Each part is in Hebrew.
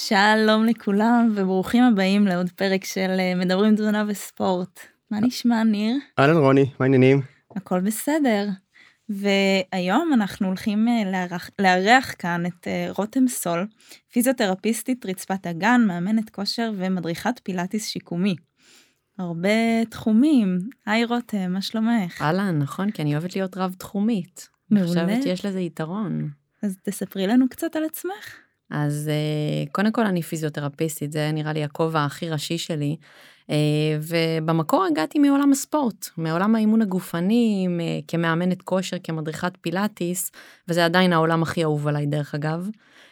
שלום לכולם וברוכים הבאים לעוד פרק של מדברים תזונה וספורט. מה נשמע ניר? אהלן רוני, מה העניינים? הכל בסדר. והיום אנחנו הולכים לארח כאן את רותם סול, פיזיותרפיסטית רצפת הגן, מאמנת כושר ומדריכת פילאטיס שיקומי. הרבה תחומים. היי רותם, מה שלומך? אהלן, נכון, כי אני אוהבת להיות רב תחומית. מעולה. אני חושבת שיש לזה יתרון. אז תספרי לנו קצת על עצמך. אז קודם כל אני פיזיותרפיסטית, זה נראה לי הכובע הכי ראשי שלי, ובמקור הגעתי מעולם הספורט, מעולם האימון הגופני, כמאמנת כושר, כמדריכת פילאטיס, וזה עדיין העולם הכי אהוב עליי דרך אגב.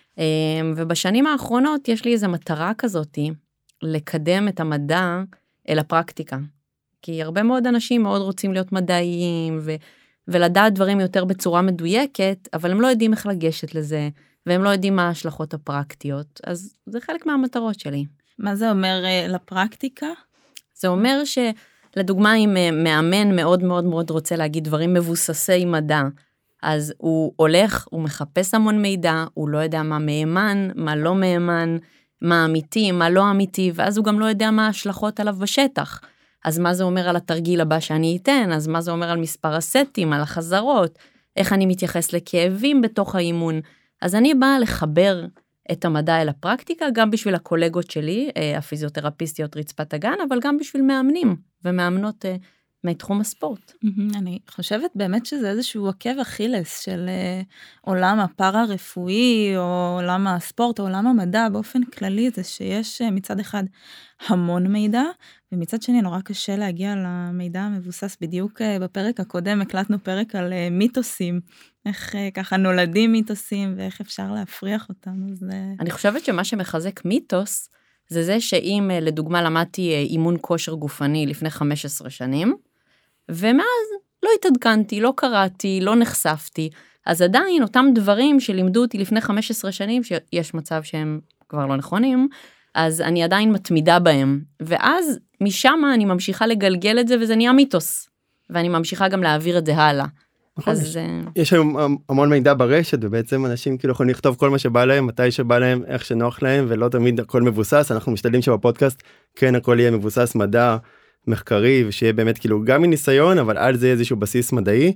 ובשנים האחרונות יש לי איזו מטרה כזאת, לקדם את המדע אל הפרקטיקה. כי הרבה מאוד אנשים מאוד רוצים להיות מדעיים, ולדעת דברים יותר בצורה מדויקת, אבל הם לא יודעים איך לגשת לזה, והם לא יודעים מה ההשלכות הפרקטיות, אז זה חלק מהמטרות שלי. מה זה אומר לפרקטיקה? זה אומר שלדוגמה, אם מאמן מאוד מאוד מאוד רוצה להגיד דברים מבוססי מדע, אז הוא הולך, הוא מחפש המון מידע, הוא לא יודע מה מהימן, מה לא מהימן, מה אמיתי, מה לא אמיתי, ואז הוא גם לא יודע מה ההשלכות עליו בשטח. אז מה זה אומר על התרגיל הבא שאני אתן? אז מה זה אומר על מספר הסטים, על החזרות, איך אני מתייחס לכאבים בתוך האימון? אז אני באה לחבר את המדע אל הפרקטיקה, גם בשביל הקולגות שלי, הפיזיותרפיסטיות רצפת הגן, אבל גם בשביל מאמנים ומאמנות מתחום הספורט. אני חושבת באמת שזה איזשהו עקב אכילס של עולם הפארה-רפואי, או עולם הספורט, או עולם המדע באופן כללי, זה שיש מצד אחד המון מידע, ומצד שני נורא קשה להגיע למידע המבוסס. בדיוק בפרק הקודם הקלטנו פרק על מיתוסים, איך ככה נולדים מיתוסים, ואיך אפשר להפריח אותם. אני חושבת שמה שמחזק מיתוס, זה שאם לדוגמה למדתי אימון כושר גופני לפני 15 שנים, ומאז לא התעדכנתי, לא קראתי, לא נחשפתי, אז עדיין אותם דברים שלימדו אותי לפני 15 שנים, שיש מצב שהם כבר לא נכונים, אז אני עדיין מתמידה בהם, ואז משם אני ממשיכה לגלגל את זה, וזה נהיה מיתוס, ואני ממשיכה גם להעביר את זה הלאה. נכון, אז יש היום המון מידע ברשת, ובעצם אנשים כאילו יכולים לכתוב כל מה שבא להם, מתי שבא להם, איך שנוח להם, ולא תמיד הכל מבוסס. אנחנו משתדלים שבפודקאסט כן הכל יהיה מבוסס מדע מחקרי, ושיהיה באמת כאילו גם מניסיון, אבל על זה איזשהו בסיס מדעי.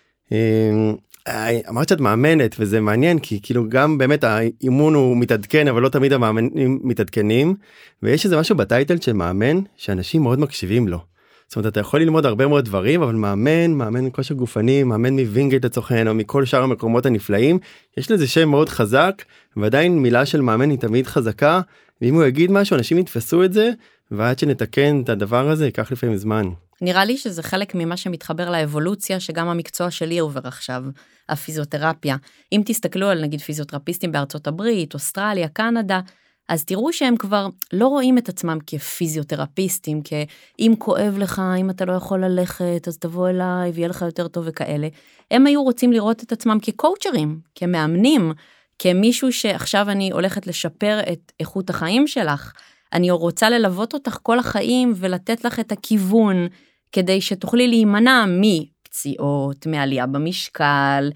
אמרת שאת מאמנת, וזה מעניין, כי כאילו גם באמת האימון הוא מתעדכן, אבל לא תמיד המאמנים מתעדכנים, ויש איזה משהו בטייטל של מאמן, שאנשים מאוד מקשיבים לו. זאת אומרת, אתה יכול ללמוד הרבה מאוד דברים, אבל מאמן כושר גופני, מאמן מווינגייט לצורכן, או מכל שאר המקומות הנפלאים, יש לזה שם מאוד חזק, ועדיין מילה של מאמן היא תמיד חזקה, ואם הוא יגיד משהו, אנשים יתפסו את זה, ועד שנתקן את הדבר הזה, ייקח לפעמים זמן. נראה לי שזה חלק ממה שמתחבר לאבולוציה, שגם המקצוע שלי עובר עכשיו, הפיזיותרפיה. אם תסתכלו על נגיד פיזיותרפיסטים בארצות הברית, אוסטרליה, קנדה, אז תראו שהם כבר לא רואים את עצמם כפיזיותרפיסטים, אם כואב לך, אם אתה לא יכול ללכת, אז תבוא אליי ויהיה לך יותר טוב וכאלה. הם היו רוצים לראות את עצמם כקואוצ'רים, כמאמנים, כמישהו שעכשיו אני הולכת לשפר את איכות החיים שלך. אני רוצה ללוות אותך כל החיים ולתת לך את הכיוון, כדי שתוכלי להימנע מפציעות, מעלייה במשקל,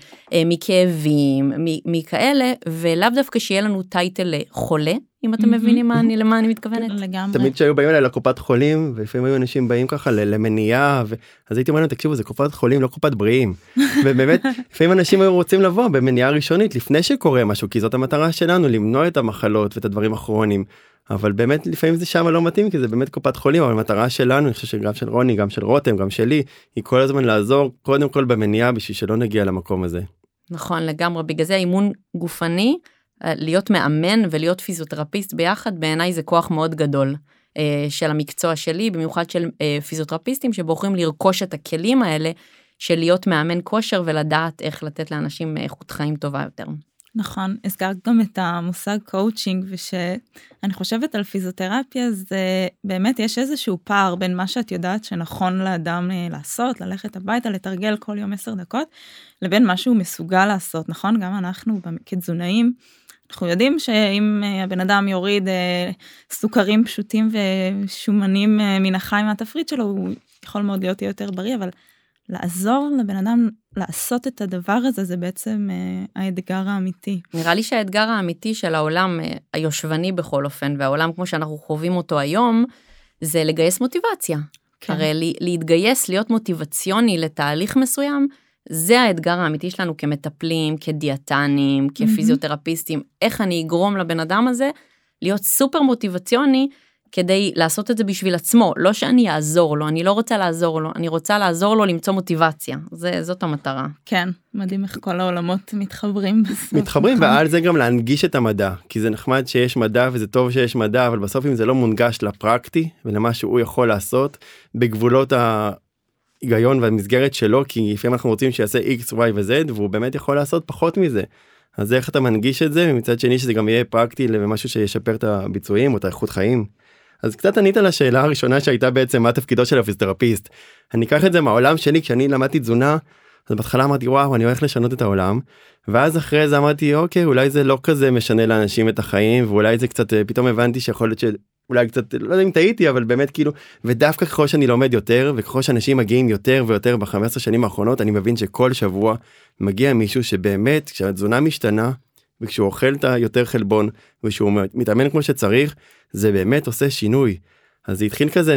מכאבים, מכאלה, ולאו דווקא שיהיה לנו טייטל חולה, אם אתם מבינים למה אני מתכוונת. לגמרי. תמיד שהיו באים אליי לקופת חולים, ולפעמים היו אנשים באים ככה למניעה, אז הייתי אומר להם, תקשיבו, זה קופת חולים, לא קופת בריאים. ובאמת, לפעמים אנשים היו רוצים לבוא במניעה ראשונית, לפני שקורה משהו, כי זאת המטרה שלנו, למנוע את המחלות ואת הדברים הכרוניים. אבל באמת, לפעמים זה שם לא מתאים, כי זה באמת קופת חולים, אבל המטרה שלנו, אני חושב שגם של רוני, גם של רותם, גם שלי, היא כל הזמן לעזור, קודם כל במניעה, בשביל שלא נגיע למקום הזה. נכון, לגמרי. בגלל זה האימון גופני, להיות מאמן ולהיות פיזיותרפיסט ביחד, בעיניי זה כוח מאוד גדול של המקצוע שלי, במיוחד של פיזיותרפיסטים שבוחרים לרכוש את הכלים האלה, של להיות מאמן כושר ולדעת איך לתת לאנשים איכות חיים טובה יותר. נכון, הזכרת גם את המושג קואוצ'ינג, ושאני חושבת על פיזיותרפיה, זה באמת יש איזשהו פער בין מה שאת יודעת שנכון לאדם לעשות, ללכת הביתה, לתרגל כל יום 10 דקות, לבין מה שהוא מסוגל לעשות, נכון? גם אנחנו כתזונאים, אנחנו יודעים שאם הבן אדם יוריד סוכרים פשוטים ושומנים מן החי מהתפריט שלו, הוא יכול מאוד להיות יותר בריא, אבל לעזור לבן אדם לעשות את הדבר הזה, זה בעצם האתגר האמיתי. נראה לי שהאתגר האמיתי של העולם היושבני בכל אופן, והעולם כמו שאנחנו חווים אותו היום, זה לגייס מוטיבציה. כן. הרי להתגייס, להיות מוטיבציוני לתהליך מסוים, זה האתגר האמיתי שלנו כמטפלים, כדיאטנים, כפיזיותרפיסטים, איך אני אגרום לבן אדם הזה להיות סופר מוטיבציוני, כדי לעשות את זה בשביל עצמו, לא שאני אעזור לו, אני לא רוצה לעזור לו, אני רוצה לעזור לו למצוא מוטיבציה, זאת המטרה. כן, מדהים איך כל העולמות מתחברים בסוף. מתחברים, ועל זה גם להנגיש את המדע, כי זה נחמד שיש מדע, וזה טוב שיש מדע, אבל בסוף אם זה לא מונגש לפרקטי, ולמה שהוא יכול לעשות, בגבולות ההיגיון והמסגרת שלו, כי לפעמים אנחנו רוצים שיעשה X, Y ו-Z, והוא באמת יכול לעשות פחות מזה. אז איך אתה מנגיש את זה, ומצד שני שזה גם יהיה פרקטי למשהו שישפר את הביצועים או את האיכות חיים. אז קצת ענית על השאלה הראשונה שהייתה בעצם מה תפקידו של הפיזיותרפיסט. אני אקח את זה מהעולם שלי, כשאני למדתי תזונה, אז בהתחלה אמרתי וואו אני הולך לשנות את העולם, ואז אחרי זה אמרתי אוקיי אולי זה לא כזה משנה לאנשים את החיים, ואולי זה קצת פתאום הבנתי שיכול להיות שאולי קצת לא יודע אם טעיתי, אבל באמת כאילו, ודווקא ככל שאני לומד יותר וככל שאנשים מגיעים יותר ויותר ב-15 שנים האחרונות, אני מבין שכל שבוע מגיע מישהו שבאמת כשהתזונה משתנה וכשהוא אוכל את יותר חלבון ושהוא מתאמן כמו שצריך, זה באמת עושה שינוי. אז זה התחיל כזה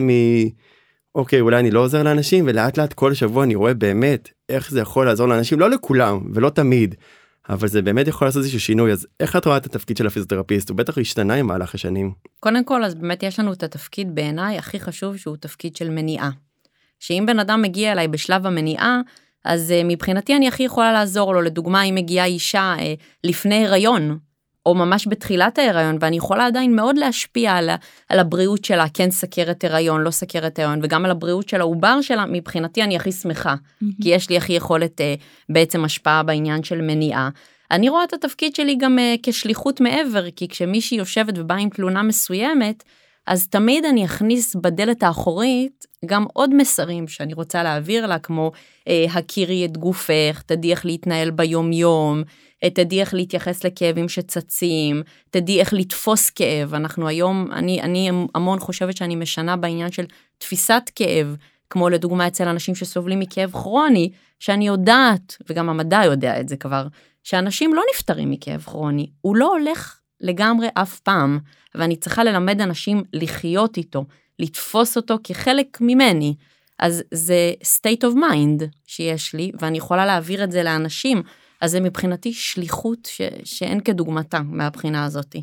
אוקיי, אולי אני לא עוזר לאנשים, ולאט לאט כל שבוע אני רואה באמת איך זה יכול לעזור לאנשים, לא לכולם ולא תמיד, אבל זה באמת יכול לעשות איזשהו שינוי. אז איך את רואה את התפקיד של הפיזיותרפיסט? הוא בטח השתנה עם מהלך השנים. קודם כל, אז באמת יש לנו את התפקיד בעיניי הכי חשוב, שהוא תפקיד של מניעה. שאם בן אדם מגיע אליי בשלב המניעה, אז מבחינתי אני הכי יכולה לעזור לו. לדוגמה, אם מגיעה אישה לפני הריון, או ממש בתחילת ההיריון, ואני יכולה עדיין מאוד להשפיע על הבריאות שלה, כן סכרת הריון, לא סכרת הריון, וגם על הבריאות של העובר שלה, מבחינתי אני הכי שמחה, כי יש לי הכי יכולת בעצם השפעה בעניין של מניעה. אני רואה את התפקיד שלי גם כשליחות מעבר, כי כשמישהי יושבת ובאה עם תלונה מסוימת, אז תמיד אני אכניס בדלת האחורית גם עוד מסרים שאני רוצה להעביר לה, כמו הכירי את גופך, תדעי איך להתנהל ביום יום, תדעי איך להתייחס לכאבים שצצים, תדעי איך לתפוס כאב. אנחנו היום, אני המון חושבת שאני משנה בעניין של תפיסת כאב, כמו לדוגמה אצל אנשים שסובלים מכאב כרוני, שאני יודעת, וגם המדע יודע את זה כבר, שאנשים לא נפטרים מכאב כרוני, הוא לא הולך לגמרי אף פעם, ואני צריכה ללמד אנשים לחיות איתו, לתפוס אותו כחלק ממני. אז זה state of mind שיש לי, ואני יכולה להעביר את זה לאנשים, אז זה מבחינתי שליחות שאין כדוגמתה מהבחינה הזאת.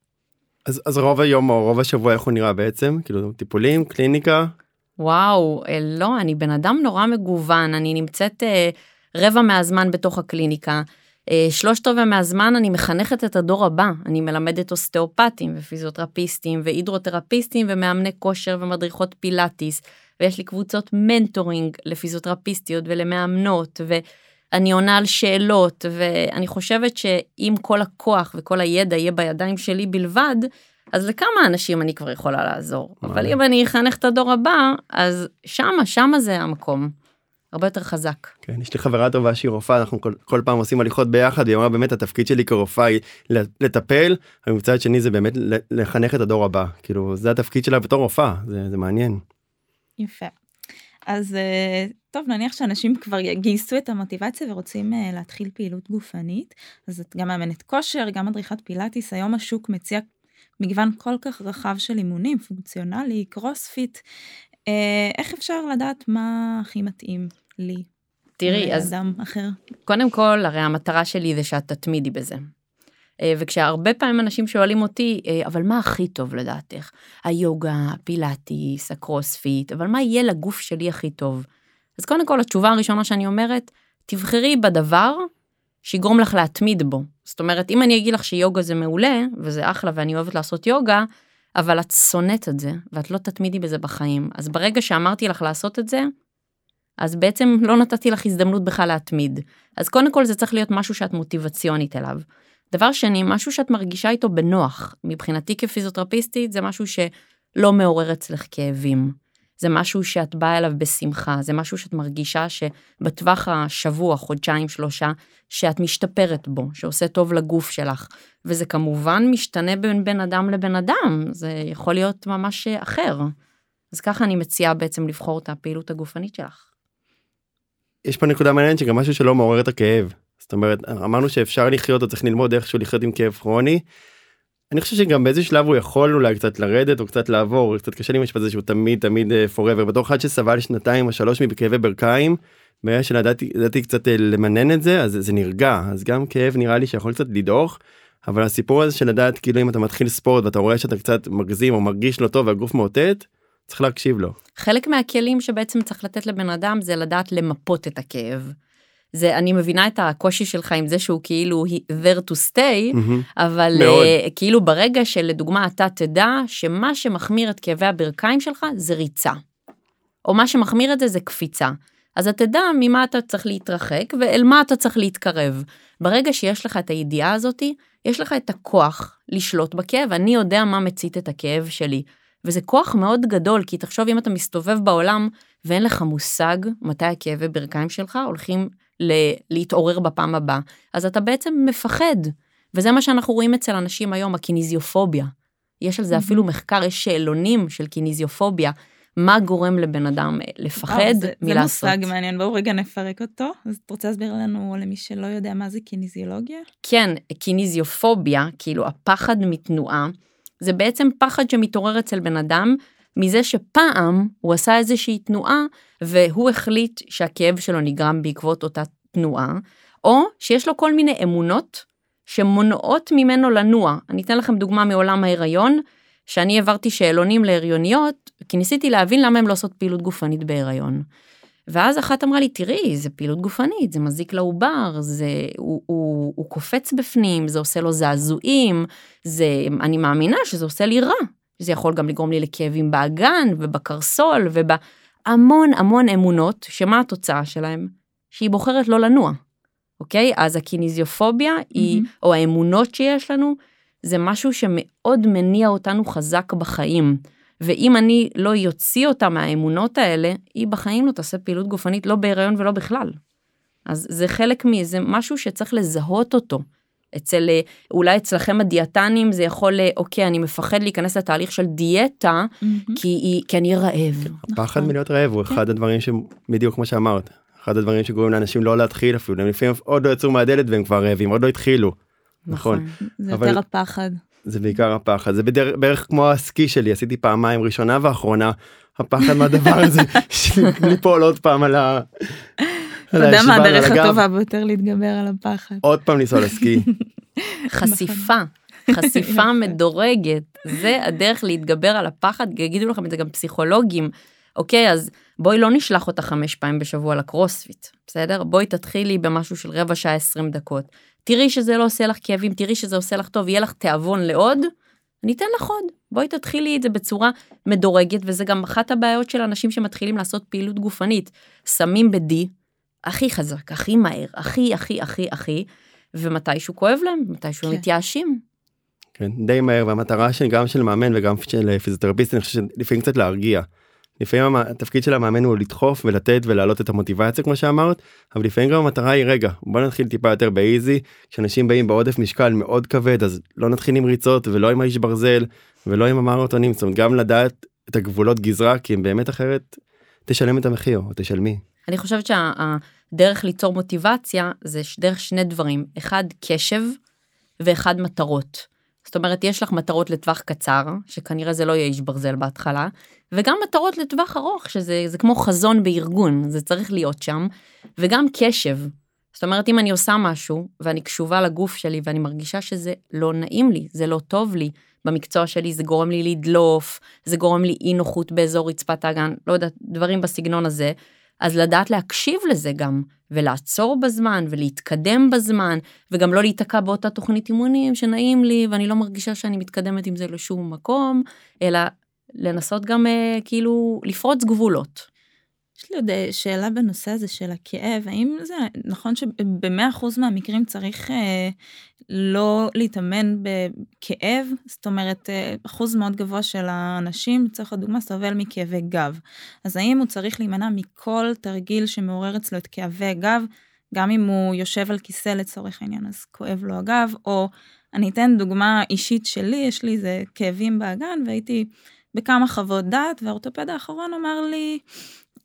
אז רוב היום או רוב השבוע איך הוא נראה בעצם? כאילו טיפולים, קליניקה? וואו, לא, אני בן אדם נורא מגוון, אני נמצאת רבע מהזמן בתוך הקליניקה, 3/4 מהזמן אני מחנכת את הדור הבא, אני מלמדת אוסטאופטים ופיזיותרפיסטים והידרותרפיסטים ומאמני כושר ומדריכות פילאטיס, ויש לי קבוצות מנטורינג לפיזיותרפיסטיות ולמאמנות, ואני עונה על שאלות, ואני חושבת שאם כל הכוח וכל הידע יהיה בידיים שלי בלבד, אז לכמה אנשים אני כבר יכולה לעזור, אבל אם אני אחנך את הדור הבא, אז שמה זה המקום. הרבה יותר חזק. כן, יש לי חברה טובה שהיא רופאה, אנחנו כל פעם עושים הליכות ביחד, והיא אמרה באמת התפקיד שלי כרופאה היא לטפל, והמצד שני זה באמת לחנך את הדור הבא, כאילו זה התפקיד שלה בתור רופאה, זה מעניין. יפה. אז טוב, נניח שאנשים כבר גייסו את המוטיבציה ורוצים להתחיל פעילות גופנית, אז את גם מאמנת כושר, גם מדריכת פילאטיס, היום השוק מציע מגוון כל כך רחב של אימונים, פונקציונלי, קרוספיט, איך אפשר לדעת מה הכי מתאים לי? תראי, אז אדם אחר. קודם כל, הרי המטרה שלי זה שאת תתמידי בזה. וכשהרבה פעמים אנשים שואלים אותי, אבל מה הכי טוב לדעתך? היוגה, הפילאטיס, הקרוספיט, אבל מה יהיה לגוף שלי הכי טוב? אז קודם כל, התשובה הראשונה שאני אומרת, תבחרי בדבר שיגרום לך להתמיד בו. זאת אומרת, אם אני אגיד לך שיוגה זה מעולה, וזה אחלה ואני אוהבת לעשות יוגה, אבל את שונאת את זה, ואת לא תתמידי בזה בחיים. אז ברגע שאמרתי לך לעשות את זה, אז בעצם לא נתתי לך הזדמנות בכלל להתמיד. אז קודם כל זה צריך להיות משהו שאת מוטיבציונית אליו. דבר שני, משהו שאת מרגישה איתו בנוח. מבחינתי כפיזיותרפיסטית, זה משהו שלא מעורר אצלך כאבים. זה משהו שאת באה אליו בשמחה. זה משהו שאת מרגישה שבטווח השבוע, חודשיים, 3, שאת משתפרת בו, שעושה טוב לגוף שלך. וזה כמובן משתנה בין אדם לבן אדם. זה יכול להיות ממש אחר. אז ככה אני מציעה בעצם לבחור את הפעילות הגופנית שלך. יש פה נקודה מעניינת שגם משהו שלא מעורר את הכאב. זאת אומרת, אמרנו שאפשר לחיות או צריך ללמוד איכשהו לחיות עם כאב כרוני. אני חושב שגם באיזה שלב הוא יכול אולי קצת לרדת או קצת לעבור, קצת קשה לי משפט זה שהוא תמיד forever. בתור אחד שסבל 2 או 3 מכאבי ברכיים, בעיה שלדעתי קצת למנן את זה, אז זה נרגע. אז גם כאב נראה לי שיכול קצת לדוח, אבל הסיפור הזה של לדעת, כאילו אם אתה מתחיל ספורט ואתה רואה שאתה קצת מגזים או מרגיש לא טוב והגוף מאותת, צריך להקשיב לו. חלק מהכלים שבעצם צריך לתת לבן אדם זה לדעת למפות את הכאב. אני מבינה את הקושי שלך עם זה שהוא כאילו there to stay, אבל כאילו ברגע שלדוגמה אתה תדע שמה שמחמיר את כאבי הברכיים שלך זה ריצה, או מה שמחמיר את זה זה קפיצה, אז אתה תדע ממה אתה צריך להתרחק ואל מה אתה צריך להתקרב. ברגע שיש לך את הידיעה הזאת, יש לך את הכוח לשלוט בכאב. אני יודע מה מצית את הכאב שלי, וזה כוח מאוד גדול, כי תחשוב אם אתה מסתובב בעולם ואין לך מושג מתי הכאבי ברכיים שלך הולכים להתעורר בפעם הבאה, אז אתה בעצם מפחד, וזה מה שאנחנו רואים אצל אנשים היום, הקיניזיופוביה. יש על זה אפילו מחקר, יש שאלונים של קיניזיופוביה, מה גורם לבן אדם לפחד מלעשות. זה מושג מעניין, בואו רגע נפרק אותו, אז אתה רוצה להסביר לנו, או למי שלא יודע מה זה קיניזיולוגיה? כן, קיניזיופוביה, כאילו הפחד מתנועה, זה בעצם פחד שמתעורר אצל בן אדם, מזה שפעם הוא עשה איזושהי תנועה, והוא החליט שהכאב שלו נגרם בעקבות אותה תנועה, או שיש לו כל מיני אמונות שמונעות ממנו לנוע. אני אתן לכם דוגמה מעולם ההיריון, שאני העברתי שאלונים להריוניות, כי ניסיתי להבין למה הם לא עושות פעילות גופנית בהיריון. ואז אחת אמרה לי, תראי, זה פעילות גופנית, זה מזיק לעובר, הוא קופץ בפנים, זה עושה לו זעזועים, אני מאמינה שזה עושה לי רע. זה יכול גם לגרום לי לכאבים באגן ובקרסול ובהמון המון אמונות, שמה התוצאה שלהם? שהיא בוחרת לא לנוע. אוקיי? אז הקיניזיופוביה היא, או האמונות שיש לנו, זה משהו שמאוד מניע אותנו חזק בחיים. ואם אני לא יוציא אותה מהאמונות האלה, היא בחיים לא תעשה פעילות גופנית, לא בהיריון ולא בכלל. אז זה חלק זה משהו שצריך לזהות אותו. אולי אצלכם הדיאטנים זה יכול, אוקיי, אני מפחד להיכנס לתהליך של דיאטה, כי אני רעב. הפחד מלהיות רעב הוא אחד הדברים שבדיוק כמו שאמרת, אחד הדברים שגורמים לאנשים לא להתחיל אפילו, הם לפעמים עוד לא יצאו מהדלת והם כבר רעבים, עוד לא התחילו. נכון. זה יותר הפחד. זה בעיקר הפחד, זה בערך כמו הסקי שלי, עשיתי פעמיים ראשונה ואחרונה, הפחד מהדבר הזה, ליפול עוד פעם על ה... אתה יודע מה הדרך הטובה ביותר להתגבר על הפחד. עוד פעם ניסוע לסקי. חשיפה מדורגת, זה הדרך להתגבר על הפחד, יגידו לכם את זה גם פסיכולוגים, אוקיי, אז בואי לא נשלח אותה 5 פעמים בשבוע לקרוספיט, בסדר? בואי תתחילי במשהו של רבע שעה 20 דקות, תראי שזה לא עושה לך כאבים, תראי שזה עושה לך טוב, יהיה לך תיאבון לעוד, אני אתן לך עוד, בואי תתחילי את זה בצורה מדורגת, וזה גם אחת הבעיות של אנשים שמתחילים לעשות פעילות גופנית, שמים בדי, הכי חזק, הכי מהר, הכי, ומתישהו כואב להם, מתישהו מתייאשים. כן, די מהר, והמטרה גם של מאמן וגם של פיזיותרפיסט, אני חושב שלפעמים קצת להרגיע. לפעמים התפקיד של המאמן הוא לדחוף ולתת ולהעלות את המוטיבציה, כמו שאמרת, אבל לפעמים גם המטרה היא, רגע, בוא נתחיל טיפה יותר באיזי, כשאנשים באים בעודף משקל מאוד כבד, אז לא נתחיל עם ריצות ולא עם האיש ברזל, ולא עם המרתונים, זאת אומרת, גם לדעת את הגבולות גזרה, כי אם באמת אחרת תשלם את המחיר, או תשלמי. אני חושבת שהדרך ליצור מוטיבציה, זה דרך 2 דברים, 1 קשב, ו1 מטרות. זאת אומרת, יש לך מטרות לטווח קצר, שכנראה זה לא יהיה איש ברזל בהתחלה, וגם מטרות לטווח ארוך, שזה כמו חזון בארגון, זה צריך להיות שם, וגם קשב. זאת אומרת, אם אני עושה משהו, ואני קשובה לגוף שלי, ואני מרגישה שזה לא נעים לי, זה לא טוב לי, במקצוע שלי זה גורם לי לדלוף, זה גורם לי אי נוחות באזור רצפת האגן, לא יודעת, דברים בסגנון הזה, אז לדעת להקשיב לזה גם, ולעצור בזמן, ולהתקדם בזמן, וגם לא להתעקע באותה תוכנית אימונים שנעים לי, ואני לא מרגישה שאני מתקדמת עם זה לשום מקום, אלא לנסות גם כאילו לפרוץ גבולות. יש לי עוד שאלה בנושא הזה של הכאב, האם זה נכון שב100% מהמקרים צריך לא להתאמן בכאב? זאת אומרת, אחוז מאוד גבוה של האנשים, צריך לדוגמה, סובל מכאבי גב. אז האם הוא צריך להימנע מכל תרגיל שמעורר אצלו את כאבי גב, גם אם הוא יושב על כיסא לצורך העניין, אז כואב לו הגב, או אני אתן דוגמה אישית שלי, יש לי איזה כאבים באגן, והייתי בכמה חוות דעת, והאורתופד האחרון אמר לי,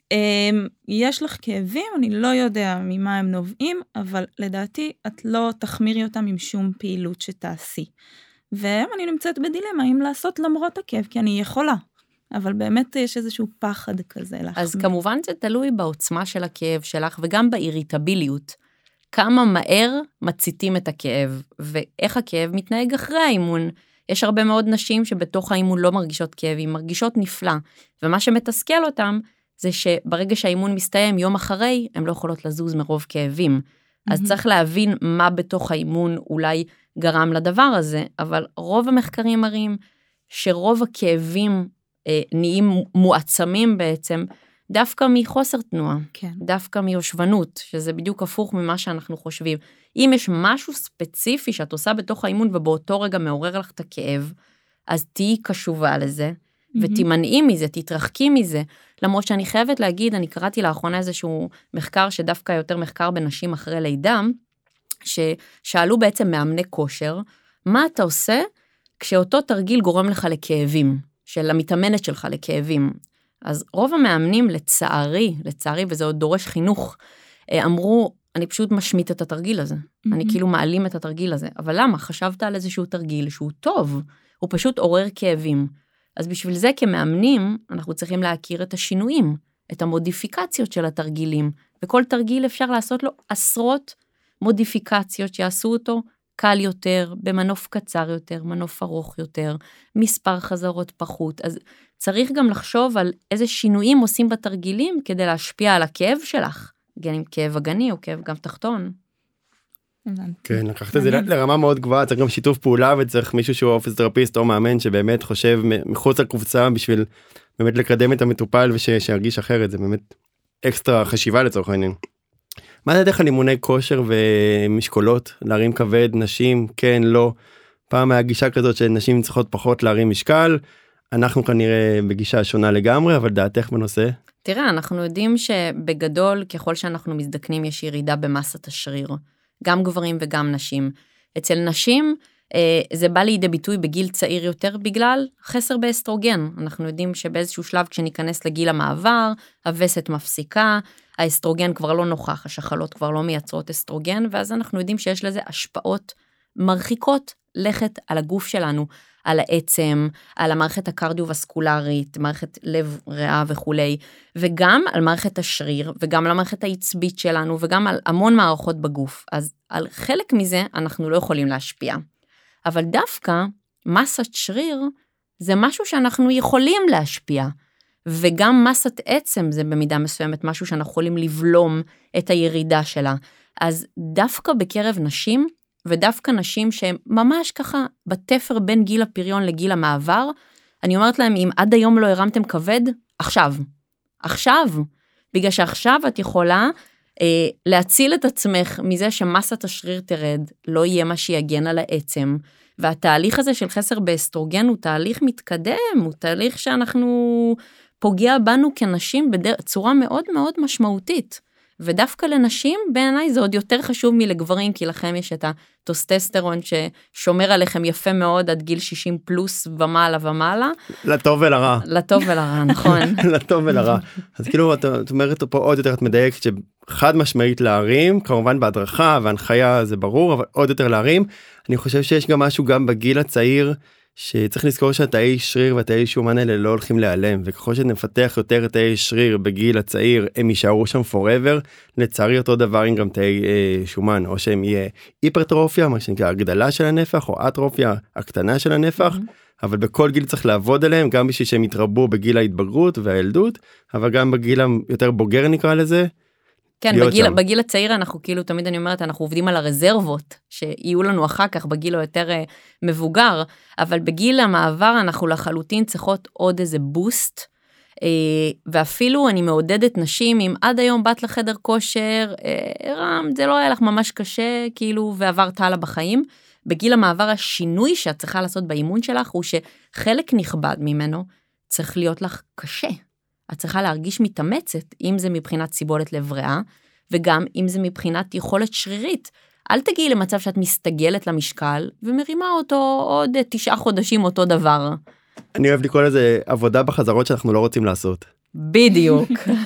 יש לך כאבים, אני לא יודע ממה הם נובעים, אבל לדעתי את לא תחמירי אותם עם שום פעילות שתעשי. ואני נמצאת בדילמה אם לעשות למרות הכאב, כי אני יכולה. אבל באמת יש איזשהו פחד כזה להחמיר. אז כמובן זה תלוי בעוצמה של הכאב שלך, וגם באיריטביליות. כמה מהר מציתים את הכאב, ואיך הכאב מתנהג אחרי האימון. יש הרבה מאוד נשים שבתוך האימון לא מרגישות כאבים, מרגישות נפלא, ומה שמתסכל אותם, זה שברגע שהאימון מסתיים יום אחרי, הן לא יכולות לזוז מרוב כאבים. אז צריך להבין מה בתוך האימון אולי גרם לדבר הזה, אבל רוב המחקרים מראים שרוב הכאבים נהיים מועצמים בעצם, דווקא מחוסר תנועה, כן. דווקא מיושבנות, שזה בדיוק הפוך ממה שאנחנו חושבים. אם יש משהו ספציפי שאת עושה בתוך האימון, ובאותו רגע מעורר לך את הכאב, אז תהי קשובה לזה, ותימנעי מזה, תתרחקי מזה. למרות שאני חייבת להגיד, אני קראתי לאחרונה איזשהו מחקר, שדווקא יותר מחקר בנשים אחרי לידה, ששאלו בעצם מאמני כושר, מה אתה עושה כשאותו תרגיל גורם לך לכאבים, של המתאמנת שלך לכאבים. אז רוב המאמנים לצערי, וזה עוד דורש חינוך, אמרו, אני פשוט משמיט את התרגיל הזה. אני כאילו מעלים את התרגיל הזה. אבל למה? חשבת על איזשהו תרגיל שהוא טוב, הוא פשוט עורר כאבים. אז בשביל זה כמאמנים, אנחנו צריכים להכיר את השינויים, את המודיפיקציות של התרגילים, וכל תרגיל אפשר לעשות לו עשרות מודיפיקציות שיעשו אותו קל יותר, במנוף קצר יותר, מנוף ארוך יותר, מספר חזרות פחות. אז צריך גם לחשוב על איזה שינויים עושים בתרגילים כדי להשפיע על הכאב שלך, גם עם כאב אגני או כאב גם תחתון. כן, לקחת את זה לרמה מאוד גבוהה, צריך גם שיתוף פעולה וצריך מישהו שהוא פיזיותרפיסט או מאמן שבאמת חושב מחוץ לקופסה בשביל באמת לקדם את המטופל ושירגיש אחרת, זה באמת אקסטרה חשיבה לצורך העניין. מה זה דרך על אימוני כושר ומשקולות, להרים כבד, נשים, כן, לא, פעם היה גישה כזאת שנשים צריכות פחות להרים משקל, אנחנו כנראה בגישה שונה לגמרי, אבל דעתך בנושא? תראה, אנחנו יודעים שבגדול ככל שאנחנו מזדקנים יש ירידה במסת השריר, גם גברים וגם נשים. אצל נשים זה בא לידי ביטוי בגיל צעיר יותר בגלל חסר באסטרוגן. אנחנו יודעים שבאיזשהו שלב כשניכנס לגיל המעבר, הווסת מפסיקה, האסטרוגן כבר לא נוכח, השחלות כבר לא מייצרות אסטרוגן, ואז אנחנו יודעים שיש לזה השפעות מרחיקות לכת על הגוף שלנו, על העצם, על המערכת הקרדיו-וסקולרית, מערכת לב, ריאה וכו', וגם על מערכת השריר, וגם על המערכת העצבית שלנו, וגם על המון מערכות בגוף. אז על חלק מזה אנחנו לא יכולים להשפיע. אבל דווקא מסת שריר זה משהו שאנחנו יכולים להשפיע, וגם מסת עצם זה במידה מסוימת משהו שאנחנו יכולים לבלום את הירידה שלה. אז דווקא בקרב נשים, ודווקא נשים שהן ממש ככה בתפר בין גיל הפריון לגיל המעבר, אני אומרת להם, אם עד היום לא הרמתם כבד, עכשיו, בגלל שעכשיו את יכולה להציל את עצמך מזה שמסת השריר תרד, לא יהיה מה שיגן על העצם, והתהליך הזה של חסר באסטרוגן הוא תהליך מתקדם, הוא תהליך שאנחנו פוגע בנו כנשים בצורה מאוד מאוד משמעותית. ודווקא לנשים בעיניי זה עוד יותר חשוב מלגברים, כי לכם יש את הטוסטסטרון ששומר עליכם יפה מאוד עד גיל 60 פלוס ומעלה. לטוב ולרע. לטוב ולרע, נכון. לטוב ולרע. אז כאילו את אומרת פה עוד יותר, את מדייקת שחד משמעית להרים, כמובן בהדרכה והנחיה זה ברור, אבל עוד יותר להרים. אני חושב שיש גם משהו גם בגיל הצעיר, שצריך לזכור שהתאי שריר והתאי שומן האלה לא הולכים להיעלם, וככל שנפתח יותר תאי שריר בגיל הצעיר, הם יישארו שם forever, לצערי אותו דבר עם גם תאי שומן, או שהם יהיה היפרטרופיה, מה שנקרא הגדלה של הנפח, או אטרופיה הקטנה של הנפח, אבל בכל גיל צריך לעבוד עליהם, גם בשביל שהם יתרבו בגיל ההתבגרות והילדות, אבל גם בגיל היותר בוגר נקרא לזה, כן, בגיל הצעיר אנחנו כאילו, תמיד אני אומרת, אנחנו עובדים על הרזרבות, שיהיו לנו אחר כך בגיל היותר מבוגר, אבל בגיל המעבר אנחנו לחלוטין צריכות עוד איזה בוסט, ואפילו אני מעודדת נשים, אם עד היום באת לחדר כושר, זה לא היה לך ממש קשה, כאילו, ועברת הלאה בחיים, בגיל המעבר השינוי שאת צריכה לעשות באימון שלך, הוא שחלק נכבד ממנו צריך להיות לך קשה. את צריכה להרגיש מתאמצת, אם זה מבחינת סיבולת לב ריאה, וגם אם זה מבחינת יכולת שרירית. אל תגיעי למצב שאת מסתגלת למשקל, ומרימה אותו עוד 9 חודשים אותו דבר. אני אוהב לקרוא לזה עבודה בחזרות שאנחנו לא רוצים לעשות. בדיוק.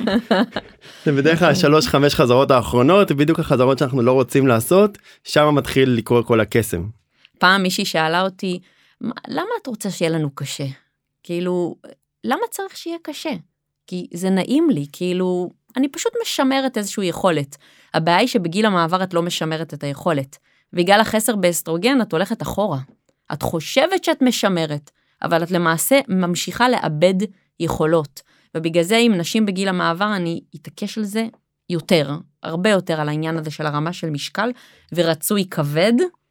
זה בדרך כלל 3-5 חזרות האחרונות, בדיוק החזרות שאנחנו לא רוצים לעשות, שם מתחיל לקרוא כל הקסם. פעם מישהי שאלה אותי, למה את רוצה שיהיה לנו קשה? כאילו, למה צריך שיהיה קשה? כי זה נעים לי, כאילו, אני פשוט משמרת איזושהי יכולת. הבעיה היא שבגיל המעבר את לא משמרת את היכולת. בגלל החסר באסטרוגן את הולכת אחורה. את חושבת שאת משמרת, אבל את למעשה ממשיכה לאבד יכולות. ובגלל זה עם נשים בגיל המעבר אני אתעקש על זה יותר, הרבה יותר על העניין הזה של הרמה של משקל, ורצוי כבד,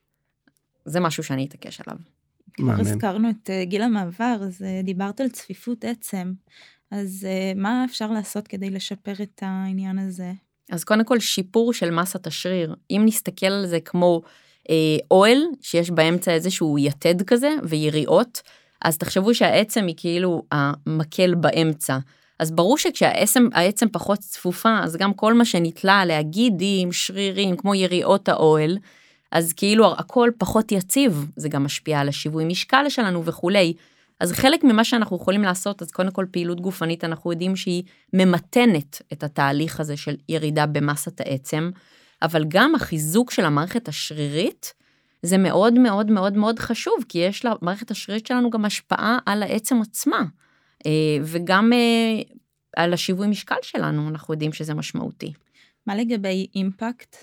זה משהו שאני אתעקש עליו. כבר הזכרנו את גיל המעבר, אז דיברת על צפיפות עצם, אז מה אפשר לעשות כדי לשפר את העניין הזה? אז קודם כל שיפור של מסת השריר, אם נסתכל על זה כמו אוהל, שיש באמצע איזשהו יתד כזה, ויריעות, אז תחשבו שהעצם היא כאילו המקל באמצע, אז ברור שכשהעצם פחות צפופה, אז גם כל מה שנתלה עליה, גידים, שרירים, כמו יריעות האוהל, אז כאילו הכל פחות יציב, זה גם משפיע על השיווי משקל שלנו וכולי, אז חלק ממה שאנחנו יכולים לעשות, אז קודם כל פעילות גופנית, אנחנו יודעים שהיא ממתנת את התהליך הזה של ירידה במסת העצם, אבל גם החיזוק של המערכת השרירית, זה מאוד מאוד מאוד מאוד חשוב, כי יש למערכת השרירית שלנו גם השפעה על העצם עצמה, וגם על השיווי משקל שלנו, אנחנו יודעים שזה משמעותי. מה לגבי אימפקט?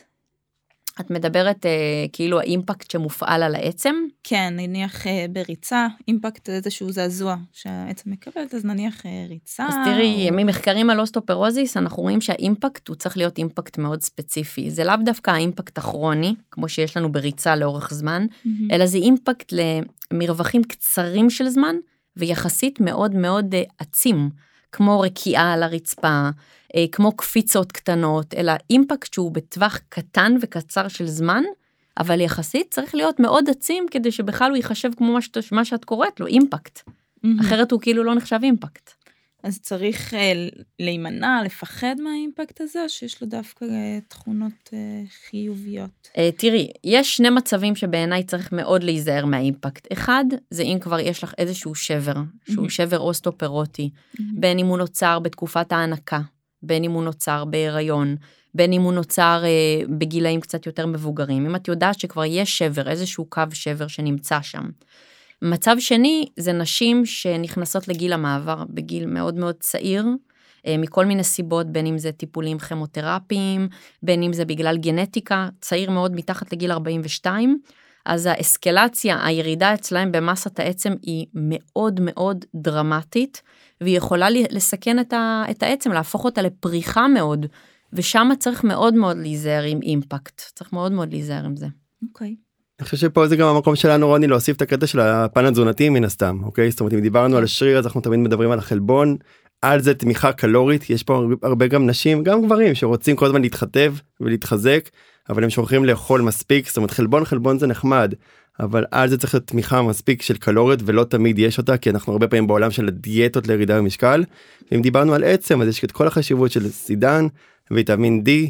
את מדברת כאילו האימפקט שמופעל על העצם? כן, נניח בריצה, אימפקט איזשהו זעזוע שהעצם מקבלת, אז נניח ריצה. אז תראי, ממחקרים על אוסטאופורוזיס, אנחנו רואים שהאימפקט הוא צריך להיות אימפקט מאוד ספציפי. זה לאו דווקא האימפקט הכרוני, כמו שיש לנו בריצה לאורך זמן, אלא זה אימפקט למרווחים קצרים של זמן, ויחסית מאוד מאוד עצים, כמו רקיעה על הרצפה, כמו קפיצות קטנות, אלא אימפקט שהוא בטווח קטן וקצר של זמן, אבל יחסית צריך להיות מאוד עצים, כדי שבכלל הוא ייחשב כמו מה שאת קוראת לו, אימפקט. אחרת הוא כאילו לא נחשב אימפקט. אז צריך להימנע, לפחד מהאימפקט הזה, או שיש לו דווקא תכונות חיוביות? תראי, יש שני מצבים שבעיניי צריך מאוד להיזהר מהאימפקט. אחד, זה אם כבר יש לך איזשהו שבר, שהוא שבר אוסטאופורוטי, בין אם הוא נוצר בתקופת ההנקה, בין אם הוא נוצר בהיריון, בין אם הוא נוצר בגילאים קצת יותר מבוגרים. אם את יודעת שכבר יש שבר, איזשהו קו שבר שנמצא שם. מצב שני, זה נשים שנכנסות לגיל המעבר, בגיל מאוד מאוד צעיר, מכל מיני סיבות, בין אם זה טיפולים כימותרפיים, בין אם זה בגלל גנטיקה, צעיר מאוד מתחת לגיל 42, אז האסקלציה, הירידה אצלהם במסת העצם היא מאוד מאוד דרמטית, והיא יכולה לסכן את העצם, להפוך אותה לפריחה מאוד, ושם צריך מאוד מאוד להיזהר עם אימפקט, צריך מאוד מאוד להיזהר עם זה. אוקיי. אני חושב שפה זה גם המקום שלנו, רוני, להוסיף את הקטע של הפן התזונתי מן הסתם, אוקיי? זאת אומרת, אם דיברנו על השריר, אז אנחנו תמיד מדברים על החלבון, על זה תמיכה קלורית, יש פה הרבה גם נשים, גם גברים, שרוצים כל הזמן להתחתב ולהתחזק, אבל הם שוכחים לאכול מספיק, זאת אומרת, חלבון זה נחמד, אבל על זה צריך להיות תמיכה מספיק של קלוריות, ולא תמיד יש אותה, כי אנחנו הרבה פעמים בעולם של הדיאטות לירידה במשקל, ואם דיברנו על עצם, אז יש את כל החשיבות של סידן, ויטמין D,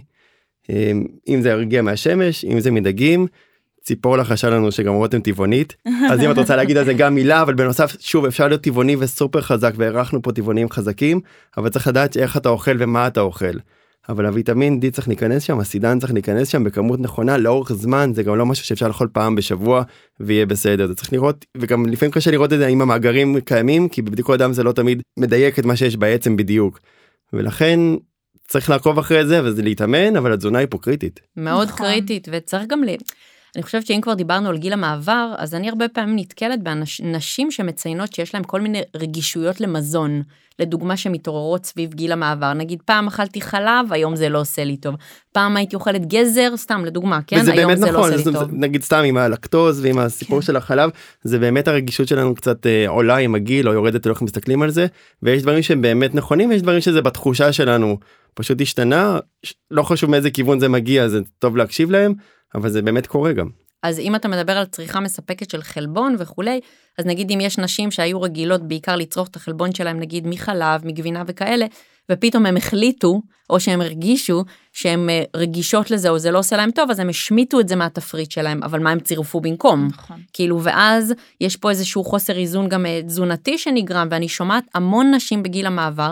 אם זה הרגיע מהשמש, אם זה מדגים, ציפור לחשה לנו שגם רותם טבעונית, אז אם את רוצה להגיד על זה גם מילה, אבל בנוסף, שוב, אפשר להיות טבעוני וסופר חזק, והערכנו פה טבעונים חזקים, אבל צריך לדעת איך אתה אוכל ומה אתה אוכל. אבל הוויטמין D צריך להיכנס שם, הסידן צריך להיכנס שם בכמות נכונה, לאורך זמן, זה גם לא משהו שאפשר לאכול פעם בשבוע, ויהיה בסדר, זה צריך לראות, וגם לפעמים קשה לראות את זה אם המאגרים קיימים, כי בבדיקות דם זה לא תמיד מדייק את מה שיש בעצם בדיוק. ולכן צריך לעקוב אחרי זה, וזה להתאמן, אבל התזונה היא פה קריטית. מאוד קריטית, וצריך גם אני חושבת שאם כבר דיברנו על גיל המעבר, אז אני הרבה פעמים נתקלת באנשים שמציינות שיש להם כל מיני רגישויות למזון, לדוגמה שמתעוררות סביב גיל המעבר, נגיד פעם אכלתי חלב, היום זה לא עושה לי טוב, פעם הייתי אוכלת גזר, סתם לדוגמה, כן, היום זה לא עושה לי טוב. נגיד סתם עם הלקטוז ועם הסיפור של החלב, זה באמת הרגישות שלנו קצת עולה עם הגיל, או יורדת, אנחנו מסתכלים על זה, ויש דברים שהם באמת נכונים, ויש דברים שזה בתחושה שלנו, פשוט השתנה, לא חשוב מאיזה כיוון זה מגיע, זה טוב להקשיב להם, אבל זה באמת קורה גם. אז אם אתה מדבר על צריכה מספקת של חלבון וכולי, אז נגיד אם יש נשים שהיו רגילות בעיקר לצרוך את החלבון שלהם, נגיד מחלב, מגבינה וכאלה, ופתאום הם החליטו, או שהם הרגישו, שהם רגישות לזה, או זה לא עושה להם טוב, אז הם השמיטו את זה מהתפריט שלהם, אבל מה הם צירפו במקום? נכון. כאילו, ואז יש פה איזשהו חוסר איזון גם תזונתי שנגרם, ואני שומעת המון נשים בגיל המעבר,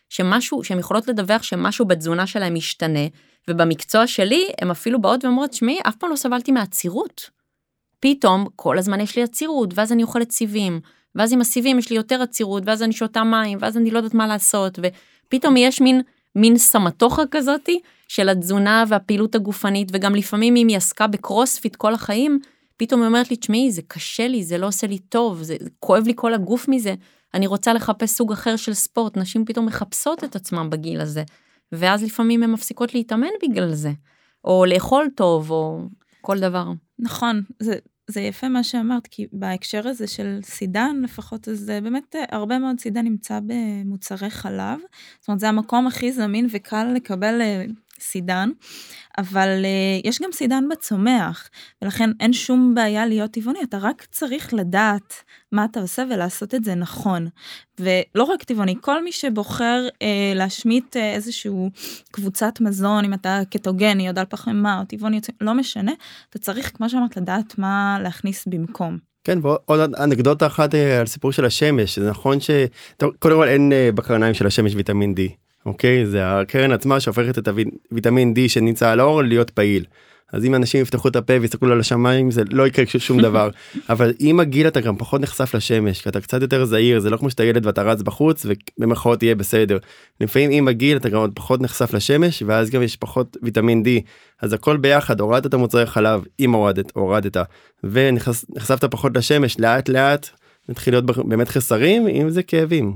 שהן יכולות לדווח שמשהו בתזונה שלהם משתנה, ובמקצוע שלי הן אפילו באות ואומרות, שמי, אף פעם לא סבלתי מהצירות. פתאום כל הזמן יש לי עצירות, ואז אני אוכלת סיבים, ואז עם הסיבים יש לי יותר עצירות, ואז אני שותה מים, ואז אני לא יודעת מה לעשות, ופתאום יש מין סמטוחה כזאת של התזונה והפעילות הגופנית, וגם לפעמים אם היא עסקה בקרוספיט כל החיים, פתאום היא אומרת לי, תשמעי, זה קשה לי, זה לא עושה לי טוב, זה כואב לי כל הגוף מזה, אני רוצה לחפש סוג אחר של ספורט, נשים פתאום מחפשות את עצמם בגיל הזה, ואז לפעמים הן מפסיקות להתאמן בגלל זה, או לאכול טוב, או כל דבר. נכון, זה יפה מה שאמרת, כי בהקשר הזה של סידן לפחות, אז באמת הרבה מאוד סידן נמצא במוצרי חלב, זאת אומרת, זה המקום הכי זמין וקל לקבל סידן, אבל יש גם סידן בצומח, ולכן אין שום בעיה להיות טבעוני, אתה רק צריך לדעת מה אתה עושה ולעשות את זה נכון, ולא רק טבעוני, כל מי שבוחר להשמיט איזשהו קבוצת מזון, אם אתה קטוגני או דל פחמימה או טבעוני, לא משנה, אתה צריך כמו שאמרת לדעת מה להכניס במקום. כן, ועוד אנקדוטה אחת על סיפור של השמש, זה נכון קודם כל אין בקרניים של השמש ויטמין D, אוקיי? זה הקרן עצמה שהופכת את הוויטמין D שנמצא על האור להיות פעיל. אז אם אנשים יפתחו את הפה ויסתכלו על השמיים, זה לא יקרה שום דבר. אבל עם הגיל אתה גם פחות נחשף לשמש, כי אתה קצת יותר זהיר, זה לא כמו שאתה ילד ואתה רץ בחוץ, ובמחאות תהיה בסדר. לפעמים עם הגיל אתה גם עוד פחות נחשף לשמש, ואז גם יש פחות ויטמין D. אז הכל ביחד, הורדת את המוצרי חלב, אם הורדת, ונחשפת פחות לשמש, לאט לאט, מתחיל להיות באמת חסרים, אם זה כאבים.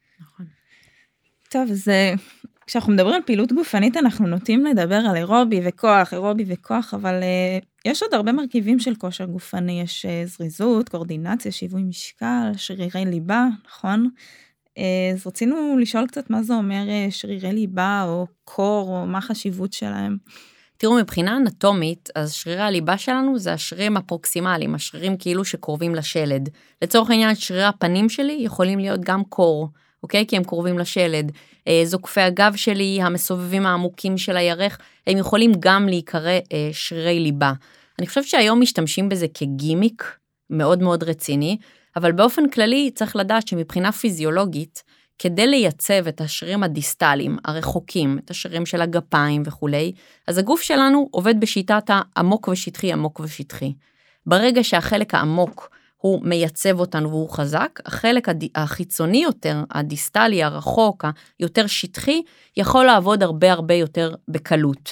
טוב, זה... כשאנחנו מדברים על פעילות גופנית, אנחנו נוטים לדבר על אירובי וכוח, אבל יש עוד הרבה מרכיבים של כושר גופני, יש זריזות, קורדינציה, שיווי משקל, שרירי ליבה, נכון? אז רצינו לשאול קצת מה זה אומר שרירי ליבה או קור, או מה החשיבות שלהם. תראו, מבחינה אנטומית, אז שרירי הליבה שלנו זה השרירים הפרוקסימליים, השרירים כאילו שקרובים לשלד. לצורך העניין, שרירי הפנים שלי יכולים להיות גם קור, אוקיי? כי הם קרובים לשלד. זוקפי הגב שלי, המסובבים העמוקים של הירך, הם יכולים גם להיקרא שרירי ליבה. אני חושבת שהיום משתמשים בזה כגימיק מאוד מאוד רציני, אבל באופן כללי צריך לדעת שמבחינה פיזיולוגית, כדי לייצב את השרירים הדיסטליים, הרחוקים, את השרירים של הגפיים וכו', אז הגוף שלנו עובד בשיטת העמוק ושטחי, עמוק ושטחי. ברגע שהחלק העמוק הוא מייצב אותנו והוא חזק, החלק החיצוני יותר, הדיסטלי, הרחוק, היותר שטחי, יכול לעבוד הרבה יותר בקלות.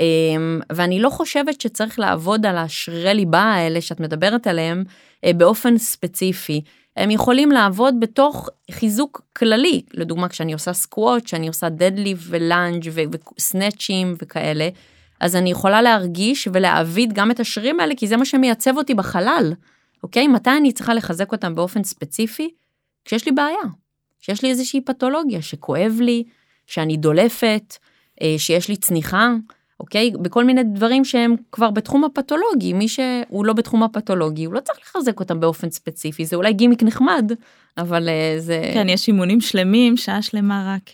ואני לא חושבת שצריך לעבוד על השרירי ליבה האלה שאת מדברת עליהם באופן ספציפי. הם יכולים לעבוד בתוך חיזוק כללי, לדוגמה כשאני עושה סקווט, כשאני עושה דדליפט ולאנג' וסנאצ'ים וכאלה, אז אני יכולה להרגיש ולהעביד גם את השרירים האלה, כי זה מה שמייצב אותי בחלל. אוקיי? מתי אני צריכה לחזק אותם באופן ספציפי? כשיש לי בעיה, שיש לי איזושהי פתולוגיה, שכואב לי, שאני דולפת, שיש לי צניחה, אוקיי? בכל מיני דברים שהם כבר בתחום הפתולוגי, מי שהוא לא בתחום הפתולוגי, הוא לא צריך לחזק אותם באופן ספציפי, זה אולי גימיק נחמד, אבל זה... כן, יש אימונים שלמים, שעה שלמה רק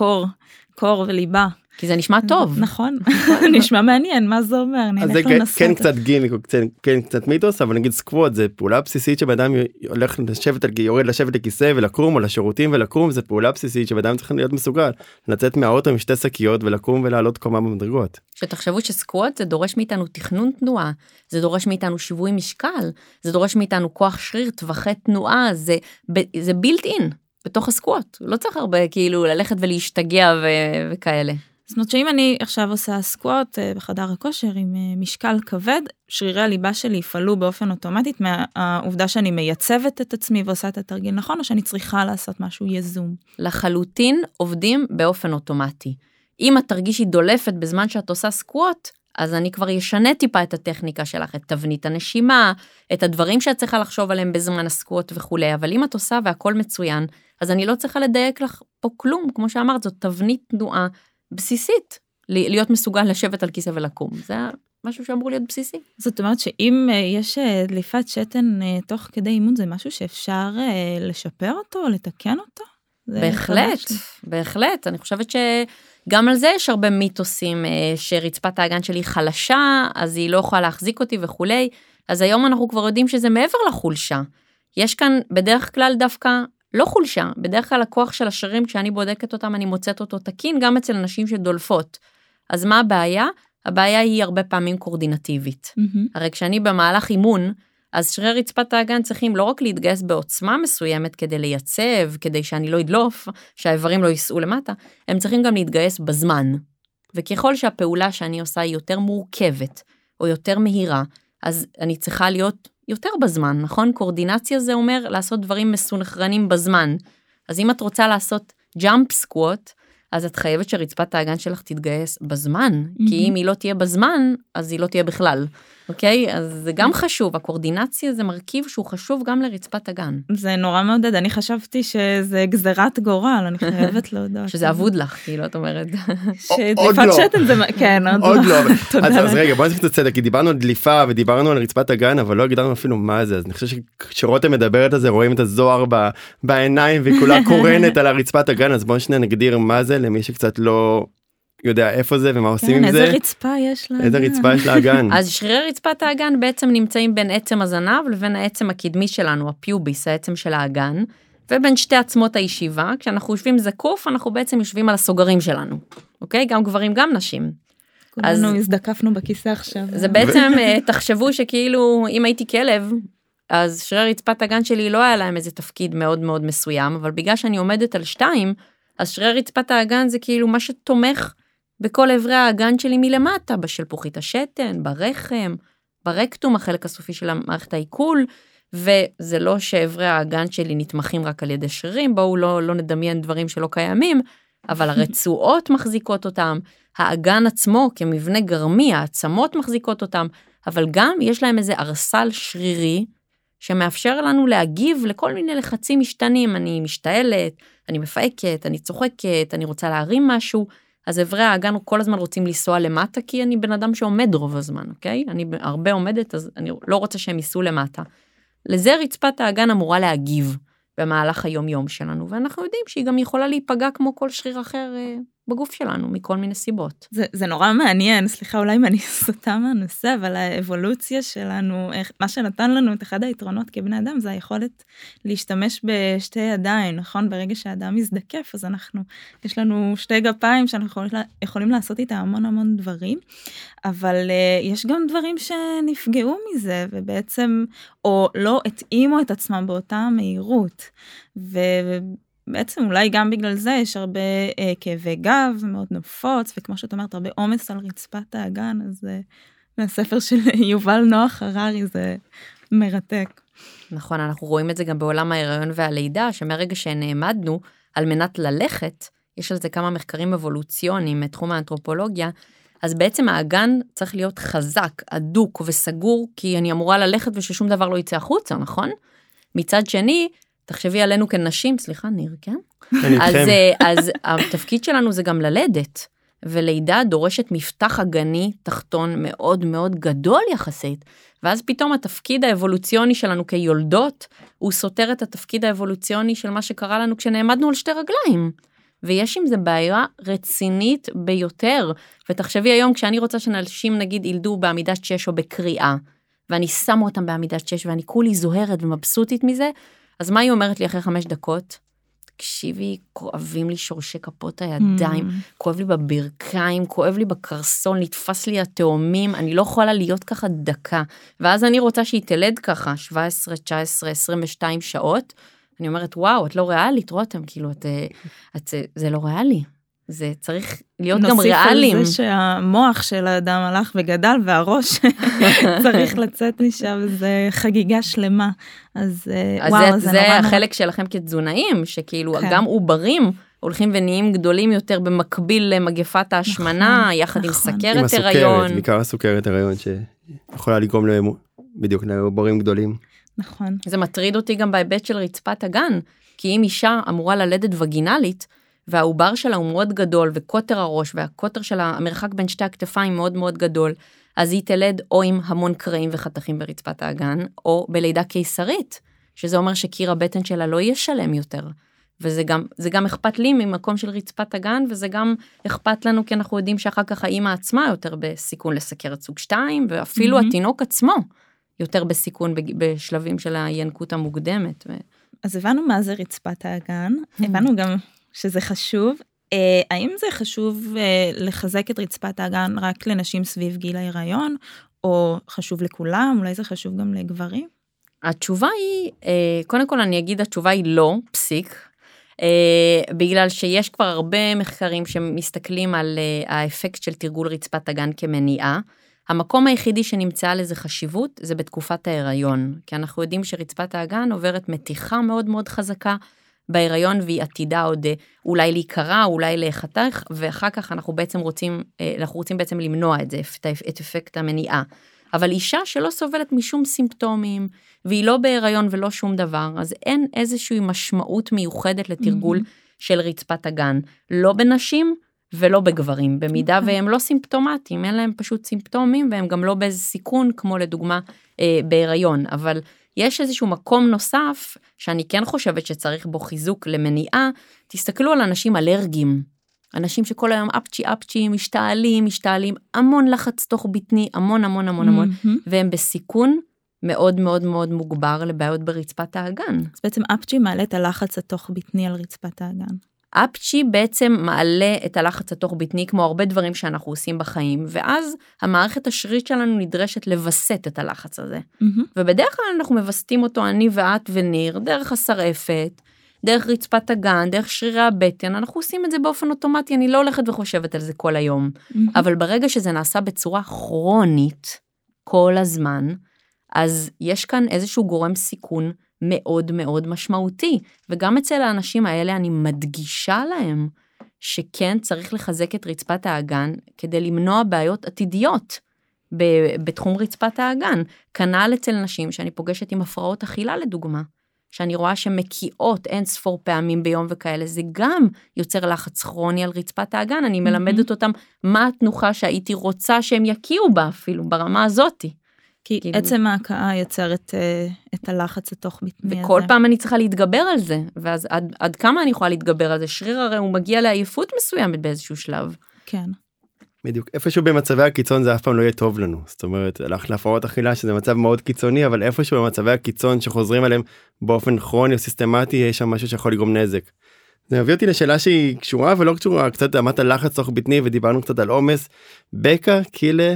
קור וליבה. כי זה נשמע טוב. נכון, נשמע מעניין, מה זה אומר? אז זה כן קצת גימיק, כן קצת מיתוס, אבל נגיד סקווט, זה פעולה בסיסית שבאדם הולך לשבת, יורד לשבת לכיסא ולקום, או לשירותים ולקום, זה פעולה בסיסית שבאדם צריך להיות מסוגל, לצאת מהאוטו עם שתי שקיות ולקום ולעלות קומה במדרגות. שתחשבו שסקווט זה דורש מאיתנו תכנון תנועה, זה דורש מאיתנו שיווי משקל, זה דורש מאיתנו כוח שריר, טווחי תנועה, זה בילט אין בתוך הסקווט, לא צריך הרבה כאילו ללכת ולהשתגע וכאלה. זאת אומרת שאם אני עכשיו עושה סקווט בחדר הכושר עם משקל כבד, שרירי הליבה שלי יפעלו באופן אוטומטית מהעובדה שאני מייצבת את עצמי ועושה את התרגיל נכון, או שאני צריכה לעשות משהו יזום. לחלוטין עובדים באופן אוטומטי. אם את תרגישי דולפת בזמן שאת עושה סקווט, אז אני כבר ישנה טיפה את הטכניקה שלך, את תבנית הנשימה, את הדברים שאת צריכה לחשוב עליהם בזמן הסקווט וכו'. אבל אם את עושה והכל מצוין, אז אני לא צריכה לדייק לך פה כלום. כמו שאמרת, זאת תבנית תנועה בסיסית, להיות מסוגל לשבת על כיסא ולקום. זה משהו שאמור להיות בסיסי. זאת אומרת שאם יש דליפת שתן תוך כדי אימון, זה משהו שאפשר לשפר אותו, לתקן אותו? בהחלט. אני חושבת שגם על זה יש הרבה מיתוסים, שרצפת האגן שלי חלשה, אז היא לא יכולה להחזיק אותי וכולי. אז היום אנחנו כבר יודעים שזה מעבר לחולשה. יש כאן בדרך כלל דווקא לא חולשה, בדרך כלל הכוח של השרירים, כשאני בודקת אותם, אני מוצאת אותו תקין, גם אצל אנשים שדולפות. אז מה הבעיה? הבעיה היא הרבה פעמים קורדינטיבית. הרי כשאני במהלך אימון, אז שרירי רצפת האגן צריכים לא רק להתגייס בעוצמה מסוימת כדי לייצב, כדי שאני לא אדלוף, שהאיברים לא ייסעו למטה, הם צריכים גם להתגייס בזמן. וככל שהפעולה שאני עושה היא יותר מורכבת, או יותר מהירה, אז אני צריכה להיות יותר בזמן, נכון? קורדינציה זה אומר לעשות דברים מסונכרנים בזמן. אז אם את רוצה לעשות ג'אמפ סקווט, אז את חייבת שרצפת האגן שלך תתגייס בזמן, כי אם היא לא תהיה בזמן, אז היא לא תהיה בכלל. אוקיי? אז זה גם חשוב, הקורדינציה זה מרכיב שהוא חשוב גם לרצפת הגן. זה נורא מעודד, אני חשבתי שזה גזרת גורל, אני חייבת להודות. שזה אבוד לך, כאילו, את אומרת. שדליפת שתן זה, כן, עוד לא. אז רגע, בוא נעשה קצת צדק, כי דיברנו על דליפה ודיברנו על רצפת הגן, אבל לא הגדרנו אפילו מה זה, אז אני חושב שרותם מדברת על זה, רואים את הזוהר בעיניים, וכולה קורנת על הרצפת הגן, אז בואו שניה נגדיר מה זה, למי שקצת לא יודע איפה זה ומה עושים עם זה. איזה רצפה יש לאגן. איזה רצפה יש לאגן. אז שרירי רצפת האגן בעצם נמצאים בין עצם הזנב לבין העצם הקדמי שלנו, הפיוביס, העצם של האגן, ובין שתי עצמות הישיבה. כשאנחנו יושבים זקוף, אנחנו בעצם יושבים על הסוגרים שלנו. אוקיי? גם גברים, גם נשים. כולנו הזדקפנו בכיסא עכשיו. זה בעצם, תחשבו שכאילו, אם הייתי כלב, אז שרירי רצפת האגן שלי לא היה להם איזה תפקיד מאוד מאוד מסוים, אבל בגלל שאני עומדת על 2, אז שרירי רצפת האגן זה כאילו מה שתומך בכל עברי האגן שלי מלמטה, בשלפוחית השתן, ברחם, ברקטום, החלק הסופי של מערכת העיכול, וזה לא שעברי האגן שלי נתמכים רק על ידי שרירים, בואו לא נדמיין דברים שלא קיימים, אבל הרצועות מחזיקות אותם, האגן עצמו כמבנה גרמי, העצמות מחזיקות אותם, אבל גם יש להם איזה ארסל שרירי, שמאפשר לנו להגיב לכל מיני לחצים משתנים, אני משתעלת, אני מפהקת, אני צוחקת, אני רוצה להרים משהו, אז עברי האגן כל הזמן רוצים לנסוע למטה, כי אני בן אדם שעומד רוב הזמן, אוקיי? אני הרבה עומדת, אז אני לא רוצה שהם ייסעו למטה. לזה רצפת האגן אמורה להגיב במהלך היום-יום שלנו, ואנחנו יודעים שהיא גם יכולה להיפגע כמו כל שריר אחר בגוף שלנו, מכל מיני סיבות. זה נורא מעניין, סליחה, אולי אם אני סוטה מהנושא, אבל האבולוציה שלנו, מה שנתן לנו את אחד היתרונות כבני אדם, זה היכולת להשתמש בשתי ידיים, נכון? ברגע שהאדם מזדקף, אז יש לנו שתי גפיים שאנחנו יכולים לעשות איתה המון המון דברים, אבל יש גם דברים שנפגעו מזה, ובעצם, או לא התאימו את עצמם באותה מהירות, בעצם אולי גם בגלל זה יש הרבה כאבי גב מאוד נפוץ, וכמו שאת אומרת, הרבה עומס על רצפת האגן, אז מהספר של יובל נוח הררי זה מרתק. נכון, אנחנו רואים את זה גם בעולם ההיריון והלידה, שמרגע שנעמדנו על מנת ללכת, יש על זה כמה מחקרים אבולוציוניים מתחום האנתרופולוגיה, אז בעצם האגן צריך להיות חזק, עדוק וסגור, כי אני אמורה ללכת וששום דבר לא יצא החוצה, נכון? מצד שני, תחשבי עלינו כנשים, סליחה ניר, כן? אז התפקיד שלנו זה גם ללדת, ולידה דורשת מפתח אגני תחתון מאוד מאוד גדול יחסית, ואז פתאום התפקיד האבולוציוני שלנו כיולדות, הוא סותר את התפקיד האבולוציוני של מה שקרה לנו כשנעמדנו על שתי רגליים, ויש עם זה בעיה רצינית ביותר, ותחשבי היום כשאני רוצה שנשים נגיד ילדו בעמידת 6 או בקריאה, ואני שמה אותם בעמידת 6 ואני כולי זוהרת ומבסוטית מזה, אז מה היא אומרת לי אחרי 5 דקות? תקשיבי, כואבים לי שורשי כפות הידיים, כואב לי בברכיים, כואב לי בקרסון, נתפס לי התאומים, אני לא יכולה להיות ככה דקה. ואז אני רוצה שהיא תלד ככה, 17, 19, 22 שעות, אני אומרת, וואו, את לא ריאלית, רותם, כאילו, זה לא ריאלי. זה צריך להיות גם ריאליים. נוסיף על זה שהמוח של האדם הלך וגדל, והראש צריך לצאת משם, זה חגיגה שלמה. אז וואו, זה החלק שלכם כתזונאים, שכאילו גם עוברים הולכים ונהיים גדולים יותר במקביל למגפת ההשמנה, יחד עם סכרת הריון. בעיקר הסוכרת הריון, שיכולה לגרום בדיוק לעוברים גדולים. נכון. זה מטריד אותי גם בהיבט של רצפת הגן, כי אם אישה אמורה ללדת וגינלית, והעובר שלה הוא מאוד גדול, וקוטר הראש, והקוטר שלה, המרחק בין שתי הכתפיים מאוד מאוד גדול, אז היא תלד או עם המון קרעים וחתכים ברצפת האגן, או בלידה קיסרית, שזה אומר שקיר הבטן שלה לא יהיה שלם יותר. וזה גם אכפת לי ממקום של רצפת הגן, וזה גם אכפת לנו, כי אנחנו יודעים שאחר כך האמא עצמה יותר בסיכון לסכרת סוג 2, ואפילו התינוק עצמו יותר בסיכון בשלבים של הינקות המוקדמת. אז הבנו מה זה רצפת האגן, הבנו גם שזה חשוב. האם זה חשוב לחזק את רצפת האגן רק לנשים סביב גיל ההיריון, או חשוב לכולם, אולי זה חשוב גם לגברים? התשובה היא, קודם כל אני אגיד, התשובה היא לא, פסיק, בגלל שיש כבר הרבה מחקרים שמסתכלים על האפקט של תרגול רצפת אגן כמניעה. המקום היחידי שנמצא לזה חשיבות זה בתקופת ההיריון, כי אנחנו יודעים שרצפת האגן עוברת מתיחה מאוד מאוד חזקה בהיריון, והיא עתידה עוד אולי להיקרע, אולי להיחתך, ואחר כך אנחנו רוצים בעצם למנוע את זה, את אפקט המניעה. אבל אישה שלא סובלת משום סימפטומים, והיא לא בהיריון ולא שום דבר, אז אין איזושהי משמעות מיוחדת לתרגול של רצפת אגן, לא בנשים ולא בגברים, במידה והם לא סימפטומטיים, אין להם פשוט סימפטומים, והם גם לא באיזה סיכון, כמו לדוגמה בהיריון, אבל יש איזשהו מקום נוסף, שאני כן חושבת שצריך בו חיזוק למניעה, תסתכלו על אנשים אלרגיים, אנשים שכל היום אפצ'י, משתעלים, המון לחץ תוך בטני, המון, והם בסיכון מאוד מאוד מאוד מוגבר לבעיות ברצפת האגן. אז בעצם אפצ'י מעלה את הלחץ התוך בטני על רצפת האגן. אפצ'י בעצם מעלה את הלחץ התוך בטני, כמו הרבה דברים שאנחנו עושים בחיים, ואז המערכת השרירית שלנו נדרשת לבסט את הלחץ הזה. ובדרך כלל אנחנו מבסטים אותו, אני ואת וניר, דרך השרעפת, דרך רצפת אגן, דרך שרירי הבטן, אנחנו עושים את זה באופן אוטומטי, אני לא הולכת וחושבת על זה כל היום. אבל ברגע שזה נעשה בצורה כרונית, כל הזמן, אז יש כאן איזשהו גורם סיכון מאוד מאוד משמעותי, וגם אצל האנשים האלה אני מדגישה להם, שכן צריך לחזק את רצפת האגן, כדי למנוע בעיות עתידיות, בתחום רצפת האגן. כנ"ל אצל נשים שאני פוגשת עם הפרעות אכילה לדוגמה, שאני רואה שמקיאות אין ספור פעמים ביום וכאלה, זה גם יוצר לחץ כרוני על רצפת האגן, אני מלמדת אותם מה התנוחה שהייתי רוצה שהם יקיעו בה אפילו, ברמה הזאת. כי עצם ההקעה יוצרת את הלחץ התוך בטני הזה. וכל פעם אני צריכה להתגבר על זה, ואז עד כמה אני יכולה להתגבר על זה? שריר הרי הוא מגיע לעייפות מסוימת באיזשהו שלב. כן. בדיוק, איפשהו במצבי הקיצון זה אף פעם לא יהיה טוב לנו, זאת אומרת, הלך להפרעות אכילה שזה מצב מאוד קיצוני, אבל איפשהו במצבי הקיצון שחוזרים עליהם באופן כרוני או סיסטמטי, יש שם משהו שיכול לגרום נזק. זה מביא אותי לשאלה שהיא קשורה ולא קשורה, קצת אמרת לחץ תוך בטני ודיברנו קצת על עומס, בקע, קילה,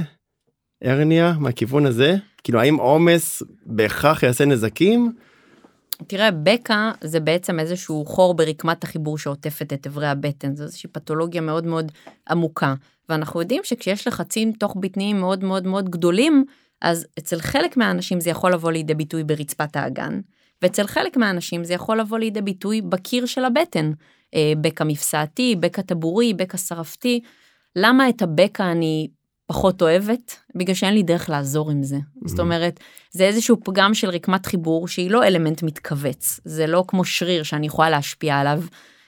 הרניה, מהכיוון הזה, כאילו האם עומס בהכרח יעשה נזקים? תראה, בקע זה בעצם איזשהו חור ברקמת החיבור שעוטפת את עברי הבטן, זו איזושהי פתולוגיה מאוד מאוד עמוקה, ואנחנו יודעים שכשיש לחצים תוך בטניים מאוד מאוד מאוד גדולים, אז אצל חלק מהאנשים זה יכול לבוא לידי ביטוי ברצפת האגן, ואצל חלק מהאנשים זה יכול לבוא לידי ביטוי בקיר של הבטן, בקע מפסעתי, בקע טבורי, בקע שרפתי. למה את הבקע אני פחות אוהבת? בגלל שאין לי דרך לעזור עם זה. זאת אומרת, זה איזשהו פגם של רקמת חיבור, שהיא לא אלמנט מתכווץ, זה לא כמו שריר שאני יכולה להשפיע עליו,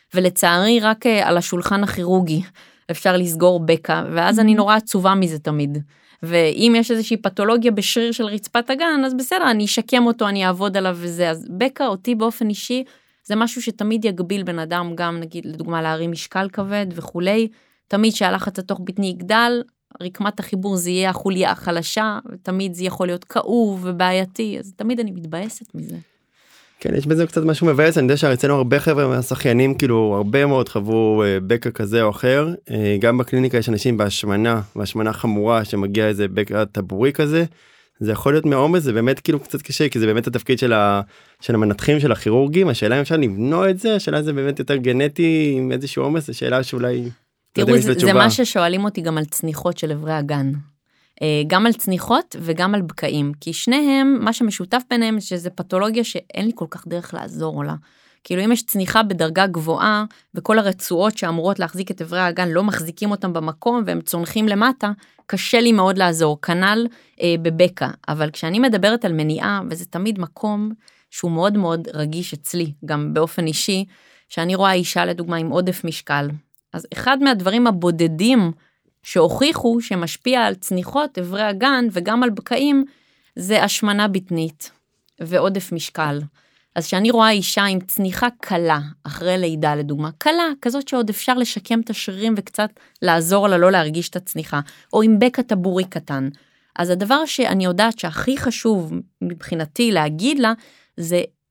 ולצערי רק על השולחן הכירורגי אפשר לסגור בקע, ואז אני נורא עצובה מזה תמיד. ואם יש איזושהי פתולוגיה בשריר של רצפת אגן, אז בסדר, אני אשקם אותו, אני אעבוד עליו וזה. אז בקע אותי באופן אישי, זה משהו שתמיד יגביל בן אדם, גם נגיד לדוגמה להרים משקל כבד וכולי, תמיד שהלחץ התוך בטני יגדל, רקמת החיבור זה יהיה החוליה החלשה, ותמיד זה יכול להיות כאוב ובעייתי, אז תמיד אני מתבאסת מזה. כן, יש בזה קצת משהו מבאס, אני יודע שהרצינו הרבה חבר'ה מהשחיינים, כאילו הרבה מאוד חוו בקע כזה או אחר, גם בקליניקה יש אנשים בהשמנה חמורה, שמגיע איזה בקע טבורי כזה, זה יכול להיות מעומס, זה באמת כאילו קצת קשה, כי זה באמת התפקיד של המנתחים, של הכירורגים, השאלה אם אפשר למנוע את זה, השאלה זה באמת יותר גנטי עם איזשהו עומס, השאלה שאולי... תראו, זה מה ששואלים אותי גם על צניחות של עברי הגן. גם על צניחות וגם על בקעים, כי שניהם, מה שמשותף ביניהם, שזה פתולוגיה שאין לי כל כך דרך לעזור לה. כאילו אם יש צניחה בדרגה גבוהה, וכל הרצועות שאמורות להחזיק את עברי הגן, לא מחזיקים אותם במקום, והם צונחים למטה, קשה לי מאוד לעזור, כנ"ל בבקע. אבל כשאני מדברת על מניעה, וזה תמיד מקום שהוא מאוד מאוד רגיש אצלי, גם באופן אישי, שאני רואה אישה לדוגמה עם עודף משקל, אז אחד מהדברים הבודדים שהוכיחו שמשפיע על צניחות עברי הגן וגם על בקעים, זה השמנה בטנית ועודף משקל. אז שאני רואה אישה עם צניחה קלה, אחרי לידה לדוגמה, קלה, כזאת שעוד אפשר לשקם את השרירים וקצת לעזור לה לא להרגיש את הצניחה, או עם בקע טבורי קטן. אז הדבר שאני יודעת שהכי חשוב מבחינתי להגיד לה, זה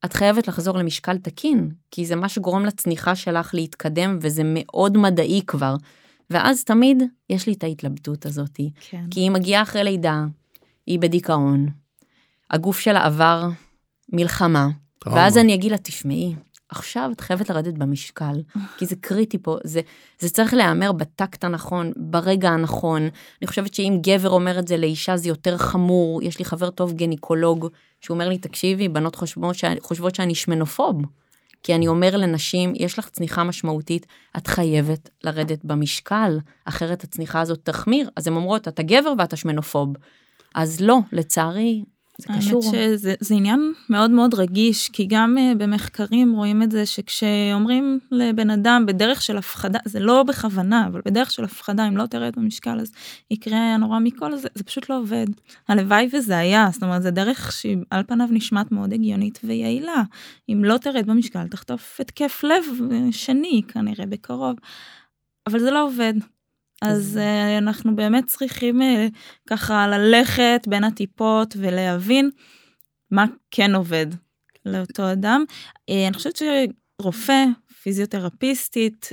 את חייבת לחזור למשקל תקין, כי זה מה שגורם לצניחה שלך להתקדם, וזה מאוד מדעי כבר. ואז תמיד יש לי את ההתלבטות הזאת, כן. כי היא מגיעה אחרי לידה, היא בדיכאון, הגוף שלה עבר מלחמה, ואז אני אגיד לה, תשמעי, עכשיו את חייבת לרדת במשקל, כי זה קריטי פה, זה צריך להיאמר בטקט הנכון, ברגע הנכון. אני חושבת שאם גבר אומר את זה לאישה, זה יותר חמור. יש לי חבר טוב גניקולוג, שהוא אומר לי, תקשיבי, בנות חושבות שאני שמנופוב, כי אני אומר לנשים, יש לך צניחה משמעותית, את חייבת לרדת במשקל, אחרת הצניחה הזאת תחמיר. אז הן אומרות, אתה גבר ואתה שמנופוב. אז לא, לצערי, זה קשור. האמת שזה עניין מאוד מאוד רגיש, כי גם במחקרים רואים את זה שכשאומרים לבן אדם בדרך של הפחדה, זה לא בכוונה, אבל בדרך של הפחדה, אם לא תרד במשקל, אז יקרה הנורא מכל, זה פשוט לא עובד. הלוואי וזה היה, זאת אומרת, זה דרך שעל פניו נשמעת מאוד הגיונית ויעילה. אם לא תרד במשקל, תחטוף התקף לב שני, כנראה בקרוב. אבל זה לא עובד. אז אנחנו באמת צריכים ככה ללכת בין הטיפות ולהבין מה כן עובד לאותו אדם. אני חושבת שרופא, פיזיותרפיסטית,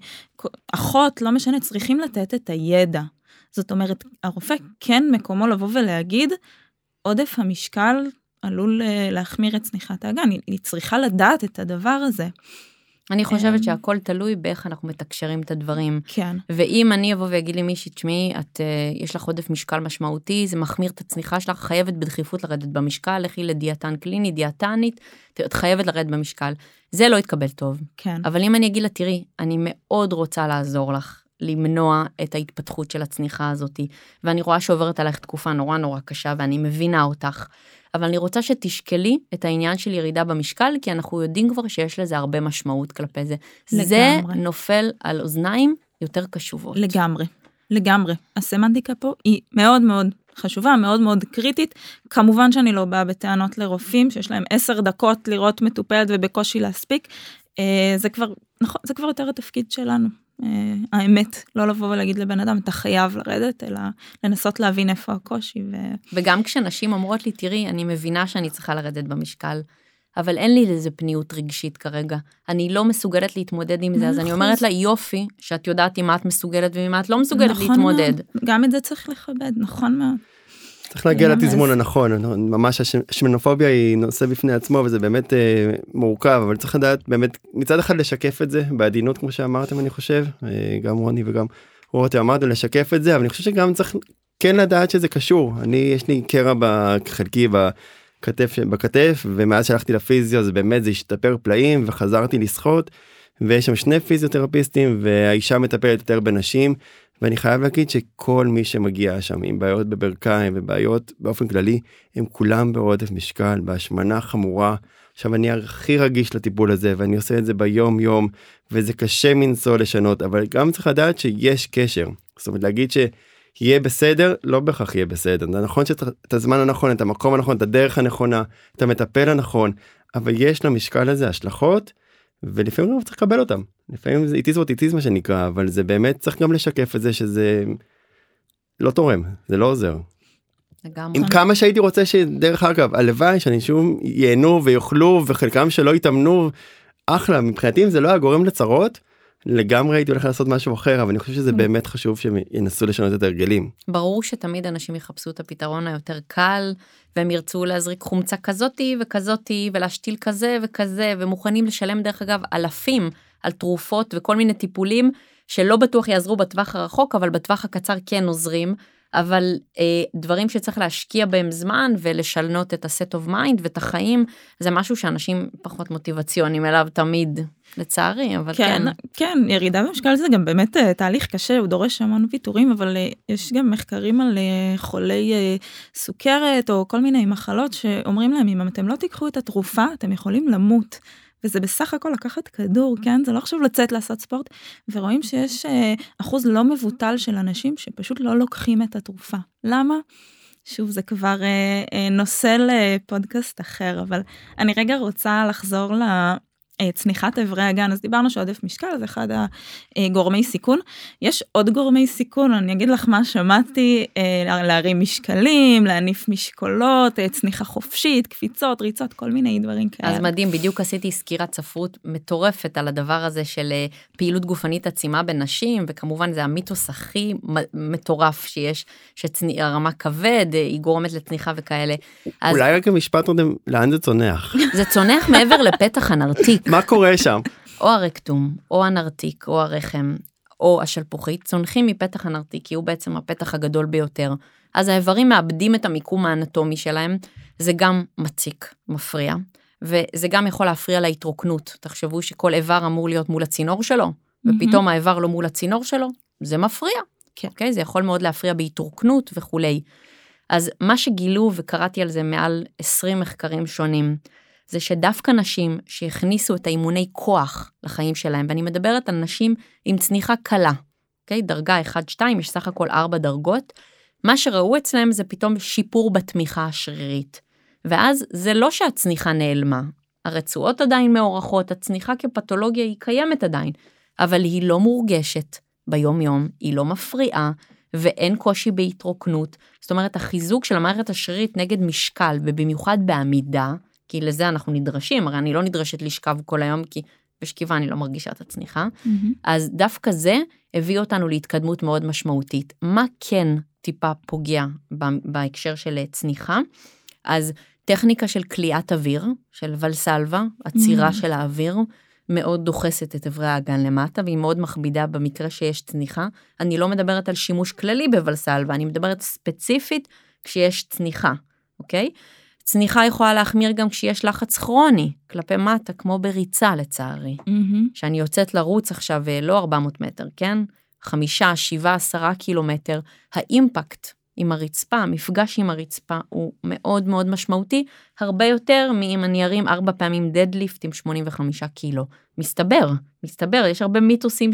אחות, לא משנה, צריכים לתת את הידע. זאת אומרת, הרופא כן מקומו לבוא ולהגיד, עודף המשקל עלול להחמיר את צניחת האגן, היא צריכה לדעת את הדבר הזה. אני חושבת שהכל תלוי באיך אנחנו מתקשרים את הדברים. כן. ואם אני אבוא ואגיד לי מישהי, תשמעי, יש לך עודף משקל משמעותי, זה מחמיר את הצניחה שלך, חייבת בדחיפות לרדת במשקל, לכי לדיאטן קליני, דיאטנית, את חייבת לרדת במשקל. זה לא יתקבל טוב. כן. אבל אם אני אגיד לה, תראי, אני מאוד רוצה לעזור לך, למנוע את ההתפתחות של הצניחה הזאת, ואני רואה שעוברת עליך תקופה נורא נורא קשה, ואני מבינה אותך, אבל אני רוצה שתשקלי את העניין של ירידה במשקל, כי אנחנו יודעים כבר שיש לזה הרבה משמעות כלפי זה. לגמרי. זה נופל על אוזניים יותר קשובות. לגמרי, לגמרי. הסמנטיקה פה היא מאוד מאוד חשובה, מאוד מאוד קריטית. כמובן שאני לא באה בטענות לרופאים, שיש להם 10 דקות לראות מטופלת ובקושי להספיק. זה כבר, נכון, זה כבר יותר התפקיד שלנו. האמת, לא לבוא ולהגיד לבן אדם, אתה חייב לרדת, אלא לנסות להבין איפה הקושי. וגם כשנשים אומרות לי, תראי, אני מבינה שאני צריכה לרדת במשקל, אבל אין לי לזה פניות רגשית כרגע. אני לא מסוגלת להתמודד עם זה, אז אני אומרת לה, יופי, שאת יודעת עם מה את מסוגלת ועם מה את לא מסוגלת להתמודד. גם את זה צריך לכבד, נכון מאוד. צריך להגיע לתזמון הנכון, ממש השמנופוביה היא נושא בפני עצמו, וזה באמת מורכב, אבל צריך לדעת באמת מצד אחד לשקף את זה, בעדינות כמו שאמרתם אני חושב, גם רוני וגם רותי אמרתם לשקף את זה, אבל אני חושב שגם צריך כן לדעת שזה קשור, יש לי קרע בחלקי בכתף, ומאז שהלכתי לפיזיו זה באמת זה השתפר פלאים, וחזרתי לשחות, ויש שם 2 פיזיותרפיסטים, והאישה מטפלת יותר בנשים, ואני חייב להגיד שכל מי שמגיע שם עם בעיות בברכיים ובעיות באופן כללי, הם כולם בעודף משקל, בהשמנה חמורה. עכשיו אני הכי רגיש לטיפול הזה, ואני עושה את זה ביום יום, וזה קשה מנסוע לשנות, אבל גם צריך לדעת שיש קשר. זאת אומרת, להגיד שיהיה בסדר, לא בהכרח יהיה בסדר. זה נכון שאת הזמן הנכון, את המקום הנכון, את הדרך הנכונה, את המטפל הנכון, אבל יש למשקל הזה השלכות, ולפעמים לא צריך לקבל אותם. לפעמים זה איטיז מה שנקרא, אבל זה באמת צריך גם לשקף את זה שזה לא תורם, זה לא עוזר. עם כמה שהייתי רוצה שדרך אגב, הלוואי שאנשים ייהנו ויוכלו, וחלקם שלא יתאמנו, אחלה, מבחינתי אם זה לא היה גורם לצרות, לגמרי הייתי הולך לעשות משהו אחר, אבל אני חושב שזה באמת חשוב שהם ינסו לשנות את הרגלים. ברור שתמיד אנשים יחפשו את הפתרון היותר קל, והם ירצו להזריק חומצה כזאתי וכזאתי, ולהשתיל כזה וכזה, ומוכנים לשלם דרך אגב אלפים על תרופות וכל מיני טיפולים, שלא בטוח יעזרו בטווח הרחוק, אבל בטווח הקצר כן עוזרים, אבל דברים שצריך להשקיע בהם זמן, ולשנות את ה-set of mind ואת החיים, זה משהו שאנשים פחות מוטיבציונים אליו תמיד, לצערי, אבל כן. כן, ירידה במשקל זה גם באמת תהליך קשה, הוא דורש המון ויתורים, אבל יש גם מחקרים על חולי סוכרת, או כל מיני מחלות שאומרים להם, אם אתם לא תיקחו את התרופה, אתם יכולים למות. וזה בסך הכל לקחת כדור, כן? זה לא חשוב לצאת לעשות ספורט, ורואים שיש אחוז לא מבוטל של אנשים שפשוט לא לוקחים את התרופה. למה? שוב, זה כבר נושא לפודקאסט אחר, אבל אני רגע רוצה לחזור צניחת אברי הגן, אז דיברנו שעודף משקל, זה אחד הגורמי סיכון. יש עוד גורמי סיכון, אני אגיד לך מה שמעתי, להרים משקלים, להניף משקולות, צניחה חופשית, קפיצות, ריצות, כל מיני דברים כאלה. אז מדהים, בדיוק עשיתי סקירת ספרות מטורפת על הדבר הזה של פעילות גופנית עצימה בנשים, וכמובן זה המיתוס הכי מטורף שיש, שהרמה כבד, היא גורמת לצניחה וכאלה. אולי רק המשפט רותם, לאן זה צונח? זה צונח מעבר לפתח הנרתיק. מה קורה שם? או הרקטום, או הנרתיק, או הרחם, או השלפוחית, צונחים מפתח הנרתיק, כי הוא בעצם הפתח הגדול ביותר. אז האיברים מאבדים את המיקום האנטומי שלהם, זה גם מציק, מפריע, וזה גם יכול להפריע להתרוקנות. תחשבו שכל איבר אמור להיות מול הצינור שלו, ופתאום האיבר לא מול הצינור שלו, זה מפריע. Okay? זה יכול מאוד להפריע בהתרוקנות וכולי. אז מה שגילו, וקראתי על זה מעל 20 מחקרים שונים, זה שדווקא נשים שהכניסו את האימוני כוח לחיים שלהם, ואני מדברת על נשים עם צניחה קלה, okay? דרגה 1-2, יש סך הכל 4 דרגות, מה שראו אצלם זה פתאום שיפור בתמיכה השרירית. ואז זה לא שהצניחה נעלמה, הרצועות עדיין מאורחות, הצניחה כפתולוגיה היא קיימת עדיין, אבל היא לא מורגשת ביום יום, היא לא מפריעה, ואין קושי בהתרוקנות. זאת אומרת, החיזוק של המערכת השרירית נגד משקל, ובמיוחד בעמידה, כי לזה אנחנו נדרשים, הרי אני לא נדרשת לשכב כל היום, כי בשכיבה אני לא מרגישה את הצניחה, אז דווקא זה הביא אותנו להתקדמות מאוד משמעותית. מה כן טיפה פוגע בהקשר של צניחה? אז טכניקה של קליעת אוויר, של ולסלווה, עצירה של האוויר, מאוד דוחסת את אברי האגן למטה, והיא מאוד מכבידה במקרה שיש צניחה. אני לא מדברת על שימוש כללי בוולסלווה, אני מדברת ספציפית כשיש צניחה, אוקיי? צניחה יכולה להחמיר גם כשיש לחץ כרוני, כלפי מטה, כמו בריצה לצערי. שאני יוצאת לרוץ עכשיו, לא 400 מטר, כן? 5, 7, 10 קילומטר, האימפקט עם הרצפה, המפגש עם הרצפה הוא מאוד מאוד משמעותי, הרבה יותר מאם אני ארים 4 פעמים דדליפט עם 85 קילו. מסתבר, יש הרבה מיתוסים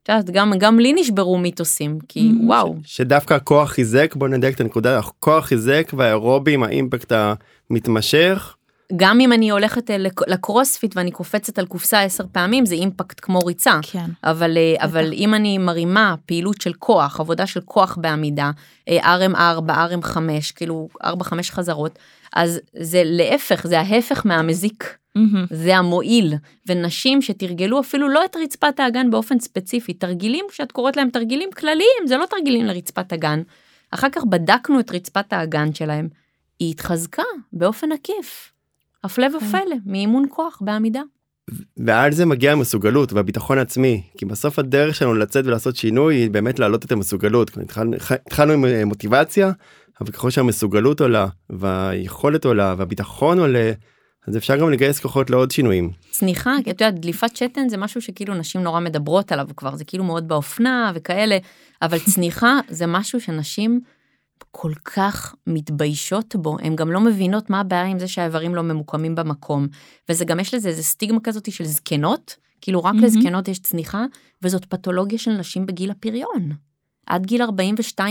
גם לי נשברו מיתוסים, כי וואו. שדווקא הכוח חיזק, בוא נדייק את הנקודה, הכוח חיזק והאירובים, האימפקט המתמשך. גם אם אני הולכת לקרוספיט ואני קופצת על קופסה 10 פעמים, זה אימפקט כמו ריצה. כן. אבל אם אני מרימה פעילות של כוח, עבודה של כוח בעמידה, RM4, RM5, כאילו 4-5 חזרות, אז זה להפך, זה ההפך מהמזיק. זה המועיל. ונשים שתרגלו אפילו לא את רצפת האגן באופן ספציפי, תרגילים שאת קוראת להם תרגילים כלליים, זה לא תרגילים לרצפת הגן. אחר כך בדקנו את רצפת האגן שלהם, היא התחזקה באופן עקיף. הפלא ופלא, מאימון כוח בעמידה. ועל זה מגיע המסוגלות והביטחון עצמי, כי בסוף הדרך שלנו לצאת ולעשות שינוי היא באמת להעלות את המסוגלות. התחלנו עם מוטיבציה, אבל ככל שהמסוגלות עולה, והיכולת עולה, והביטחון עולה, אז אפשר גם לגייס כוחות לעוד שינויים. צניחה, כי אתה יודע, דליפת שתן זה משהו שכאילו נשים נורא מדברות עליו כבר, זה כאילו מאוד באופנה וכאלה, אבל צניחה זה משהו שנשים כל כך מתביישות בו, הן גם לא מבינות מה הבעיה עם זה שהאיברים לא ממוקמים במקום, וזה גם יש לזה איזה סטיגמה כזאת של זקנות, כאילו רק לזקנות יש צניחה, וזאת פתולוגיה של נשים בגיל הפריון, עד גיל 42-3,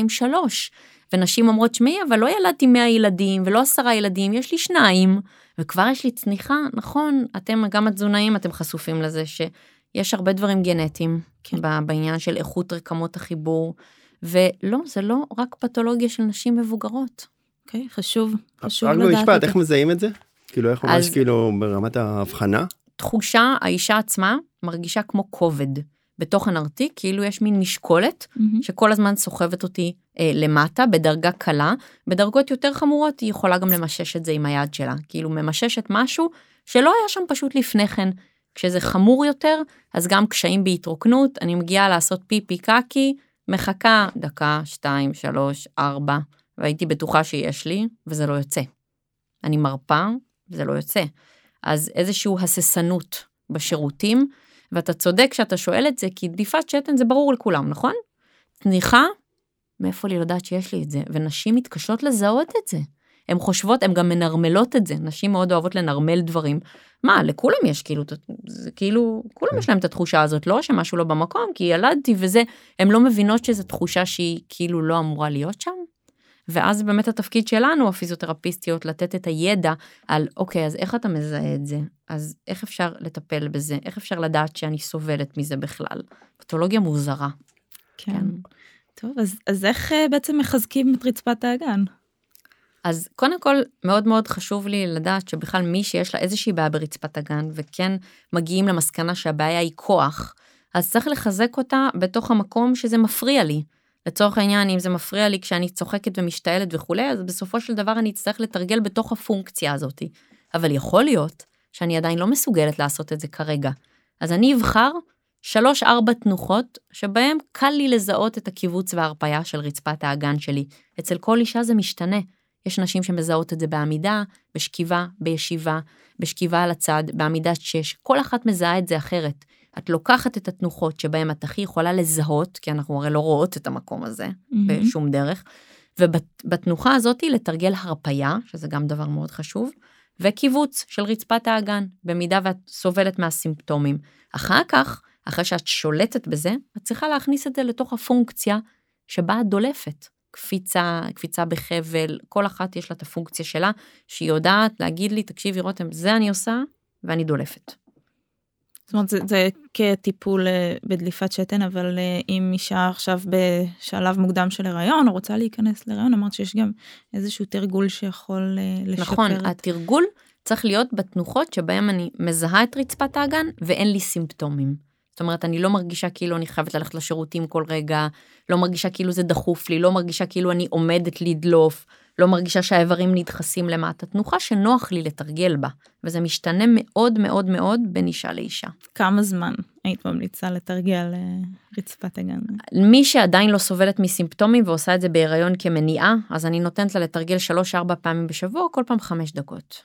ונשים אומרות, שמי, אבל לא ילדתי 100 ילדים, ולא 10 ילדים, יש לי 2, וכבר יש לי צניחה, נכון, אתם גם התזונאים, אתם חשופים לזה, שיש הרבה דברים גנטיים, בעניין של איכות רקמות החיבור, ולא, זה לא רק פתולוגיה של נשים מבוגרות. אוקיי, חשוב לדעת. רק במשפט, איך מזהים את זה? כאילו, איך ממש כאילו ברמת ההבחנה? תחושה, האישה עצמה מרגישה כמו כובד בתוך הנרתיק, כאילו יש מין משקולת, שכל הזמן סוחבת אותי למטה, בדרגה קלה, בדרגות יותר חמורות, היא יכולה גם למשש את זה עם היד שלה, כאילו ממששת משהו שלא היה שם פשוט לפני כן, כשזה חמור יותר, אז גם קשיים בהתרוקנות, אני מגיעה לעשות פיפי קקי, מחכה 1, 2, 3, 4, והייתי בטוחה שיש לי, וזה לא יוצא. אני מרפה, וזה לא יוצא. אז איזשהו הססנות בשירותים, ואתה צודק שאתה שואל את זה, כי דליפת שתן זה ברור לכולם, נכון? צניחה, מאיפה לי לדעת שיש לי את זה? ונשים מתקשות לזהות את זה. הן חושבות, הן גם מנרמלות את זה. נשים מאוד אוהבות לנרמל דברים. מה, לכולם יש כאילו, זה כאילו, כולם יש להם את התחושה הזאת, לא שמשהו לא במקום, כי ילדתי וזה, הן לא מבינות שזו תחושה שהיא כאילו לא אמורה להיות שם. ואז באמת התפקיד שלנו, הפיזיותרפיסטיות, לתת את הידע על, אוקיי, אז איך אתה מזהה את זה? אז איך אפשר לטפל בזה? איך אפשר לדעת שאני סובלת מזה בכלל? פתולוגיה מוזרה. כן. טוב, אז איך בעצם מחזקים את רצפת האגן? אז קודם כל, מאוד מאוד חשוב לי לדעת שבכלל מי שיש לה איזושהי בעיה ברצפת הגן, וכן מגיעים למסקנה שהבעיה היא כוח, אז צריך לחזק אותה בתוך המקום שזה מפריע לי. לצורך העניין, אם זה מפריע לי כשאני צוחקת ומשתעלת וכו', אז בסופו של דבר אני אצטרך לתרגל בתוך הפונקציה הזאת. אבל יכול להיות שאני עדיין לא מסוגלת לעשות את זה כרגע. אז אני אבחר 3-4 תנוחות שבהם קל לי לזהות את הקיבוץ וההרפיה של רצפת האגן שלי. אצל כל אישה זה משתנה. יש נשים שמזהות את זה בעמידה, בשכיבה, בישיבה, בשכיבה על הצד, בעמידת 6. כל אחת מזהה את זה אחרת. את לוקחת את התנוחות שבהן את הכי יכולה לזהות, כי אנחנו הרי לא רואות את המקום הזה בשום דרך, ובתנוחה הזאת לתרגל הרפיה, שזה גם דבר מאוד חשוב, וקיבוץ של רצפת האגן, במידה ואת סובלת מהסימפטומים. אחר כך, אחרי שאת שולטת בזה, את צריכה להכניס את זה לתוך הפונקציה שבה את דולפת. קפיצה בחבל, כל אחת יש לה את הפונקציה שלה, שהיא יודעת להגיד לי, תקשיבי רותם, זה אני עושה, ואני דולפת. זאת אומרת, זה כטיפול בדליפת שתן, אבל אם אישה עכשיו בשלב מוקדם של הריון, או רוצה להיכנס להיריון, אמרת שיש גם איזשהו תרגול שיכול לשפר. נכון, התרגול צריך להיות בתנוחות שבהם אני מזהה את רצפת האגן, ואין לי סימפטומים. זאת אומרת, אני לא מרגישה כאילו אני חייבת ללכת לשירותים כל רגע, לא מרגישה כאילו זה דחוף לי, לא מרגישה כאילו אני עומדת לדלוף, לא מרגישה שהאיברים נדחסים למטה, תנוחה שנוח לי לתרגל בה, וזה משתנה מאוד מאוד מאוד בין אישה לאישה. כמה זמן היית ממליצה לתרגל רצפת הגן? מי שעדיין לא סובלת מסימפטומים ועושה את זה בהיריון כמניעה, אז אני נותנת לה לתרגל 3-4 פעמים בשבוע, כל פעם 5 דקות.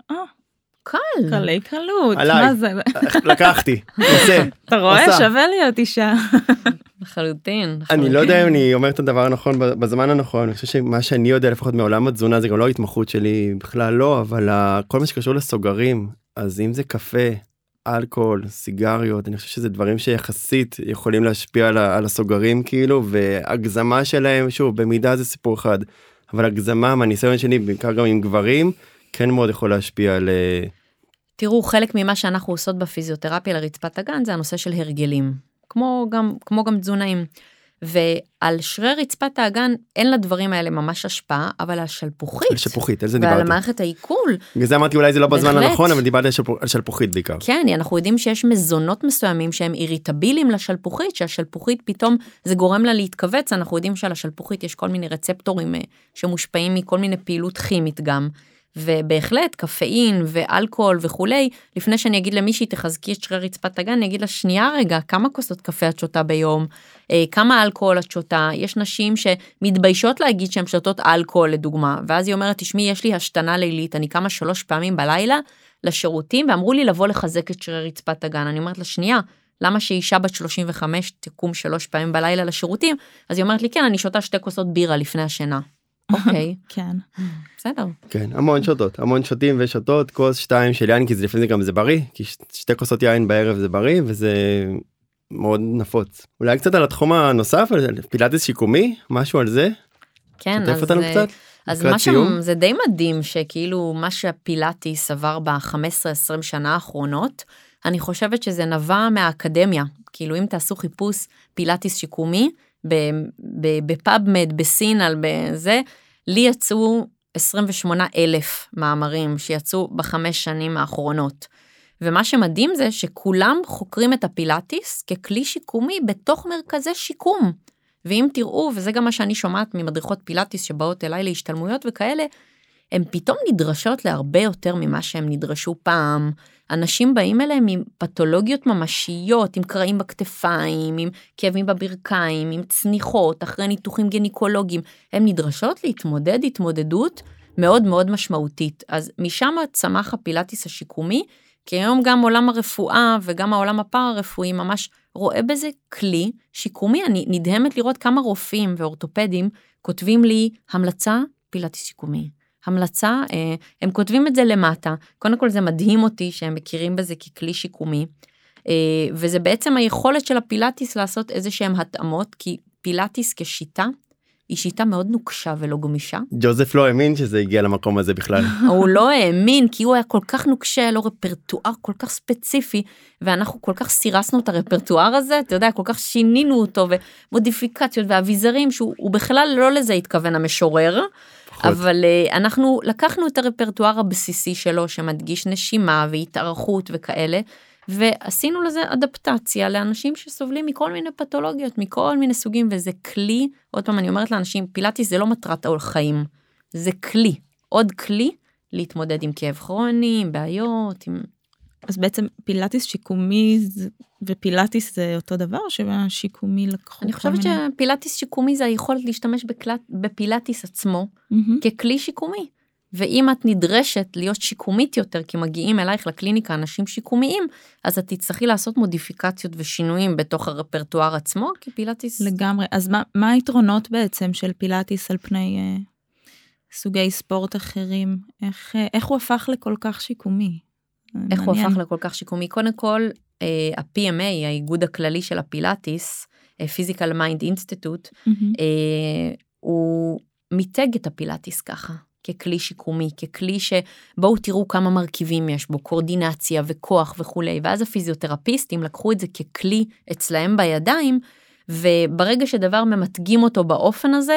קל. קלי קלות. עליי. מה זה? לקחתי. עושה. אתה רואה? עושה. שווה להיות אישה. לחלוטין. אני לא יודע אם אני אומר את הדבר הנכון בזמן הנכון, אני חושב שמה שאני יודע לפחות מעולם התזונה, זה גם לא התמחות שלי, בכלל לא, אבל כל מה שקשור לסוגרים, אז אם זה קפה, אלכוהול, סיגריות, אני חושב שזה דברים שיחסית יכולים להשפיע על הסוגרים כאילו, והגזמה שלהם, שוב, במידה זה סיפור אחד, אבל הגזמה, מהניסיון שלי, בעיקר גם עם גברים, כן מאוד יכול להשפיע על... תראו, חלק ממה שאנחנו עושות בפיזיותרפיה לרצפת הגן, זה הנושא של הרגלים, כמו גם תזונאים. ועל שרי רצפת האגן, אין לדברים האלה ממש השפעה, אבל על שלפוחית. על שלפוחית, על זה דיברתי. ועל מערכת העיכול. בגלל זה אמרתי, אולי זה לא בזמן הנכון, אבל דיברתי על שלפוחית בעיקר. כן, אנחנו יודעים שיש מזונות מסוימים שהם איריטבילים לשלפוחית, שהשלפוחית פתאום זה גורם לה להתכווץ, אנחנו יודעים שעל השלפוחית יש כל מיני רצפטורים שמושפעים מכל מיני פעילות כימית גם. ובהחלט קפאין ואלכוהול וכולי, לפני שאני אגיד למישהי תחזקי את שרי רצפת הגן, אני אגיד לה שנייה רגע, כמה כוסות קפה את שותה ביום, כמה אלכוהול את שותה, יש נשים שמתביישות להגיד שהן שותות אלכוהול לדוגמה, ואז היא אומרת, תשמעי, יש לי השתנה לילית, אני קמה 3 פעמים בלילה לשירותים, ואמרו לי לבוא לחזק את שרי רצפת הגן, אני אומרת לה שנייה, למה שאישה בת 35 תקום 3 פעמים בלילה לשירותים, אז היא אומרת לי כן, אני שותה 2 כוסות בירה לפני השינה. אוקיי. כן. בסדר. כן, המון שוטות, המון שותים ושותות, כוס 2 של יין, כי לפעמים זה גם זה בריא, כי 2 כוסות יין בערב זה בריא, וזה מאוד נפוץ. אולי קצת על התחום הנוסף, על פילאטיס שיקומי, משהו על זה? כן, שתף אותנו קצת? אז מה שם, זה די מדהים, שכאילו מה שהפילאטיס עבר ב-15-20 שנה האחרונות, אני חושבת שזה נבע מהאקדמיה, כאילו אם תעשו חיפוש פילאטיס שיקומי, בפאבמד, בסינל, בזה, לי יצאו 28,000 מאמרים שיצאו ב5 שנים האחרונות. ומה שמדהים זה שכולם חוקרים את הפילאטיס ככלי שיקומי בתוך מרכזי שיקום. ואם תראו, וזה גם מה שאני שומעת ממדריכות פילאטיס שבאות אליי להשתלמויות וכאלה, הן פתאום נדרשות להרבה יותר ממה שהם נדרשו פעם. אנשים באים אליהם עם פתולוגיות ממשיות, עם קרעים בכתפיים, עם כאבים בברכיים, עם צניחות, אחרי ניתוחים גניקולוגיים. הן נדרשות להתמודד התמודדות מאוד מאוד משמעותית. אז משם צמח הפילאטיס השיקומי, כי היום גם עולם הרפואה וגם העולם הפארה-רפואי ממש רואה בזה כלי שיקומי. אני נדהמת לראות כמה רופאים ואורתופדים כותבים לי המלצה פילאטיס שיקומי. המלצה, הם כותבים את זה למטה, קודם כל זה מדהים אותי שהם מכירים בזה ככלי שיקומי, וזה בעצם היכולת של הפילאטיס לעשות איזה שהם התאמות, כי פילאטיס כשיטה היא שיטה מאוד נוקשה ולא גמישה. ג'וזף לא האמין שזה הגיע למקום הזה בכלל. הוא לא האמין, כי הוא היה כל כך נוקשה, לא רפרטואר כל כך ספציפי, ואנחנו כל כך סירסנו את הרפרטואר הזה, אתה יודע, כל כך שינינו אותו, ומודיפיקציות ואביזרים, שהוא בכלל לא לזה התכוון המשורר, אבל אנחנו לקחנו את הרפרטואר הבסיסי שלו, שמדגיש נשימה והתארכות וכאלה, ועשינו לזה אדפטציה לאנשים שסובלים מכל מיני פתולוגיות, מכל מיני סוגים, וזה כלי, עוד פעם אני אומרת לאנשים, פילאטיס זה לא מטרת החיים, זה כלי, עוד כלי להתמודד עם כאב כרוני, עם בעיות, עם... אז בעצם פילאטיס שיקומי ופילאטיס זה אותו דבר, שהשיקומי לקחו? אני חושבת שפילאטיס שיקומי זה היכולת להשתמש בפילאטיס עצמו, ככלי שיקומי. ואם את נדרשת להיות שיקומית יותר, כי מגיעים אלייך לקליניקה אנשים שיקומיים, אז את תצטרכי לעשות מודיפיקציות ושינויים בתוך הרפרטואר עצמו, כי פילאטיס... לגמרי. אז מה היתרונות בעצם של פילאטיס על פני סוגי ספורט אחרים? איך הוא הפך לכל כך שיקומי? איך הוא הפך לכל כך שיקומי? קודם כל, ה-PMA, האיגוד הכללי של הפילאטיס, Physical Mind Institute, הוא מיתג את הפילאטיס ככה. ככלי שיקומי, ככלי שבואו תראו כמה מרכיבים יש בו, קורדינציה וכוח וכולי, ואז הפיזיותרפיסטים לקחו את זה ככלי אצלהם בידיים, וברגע שדבר ממתגים אותו באופן הזה,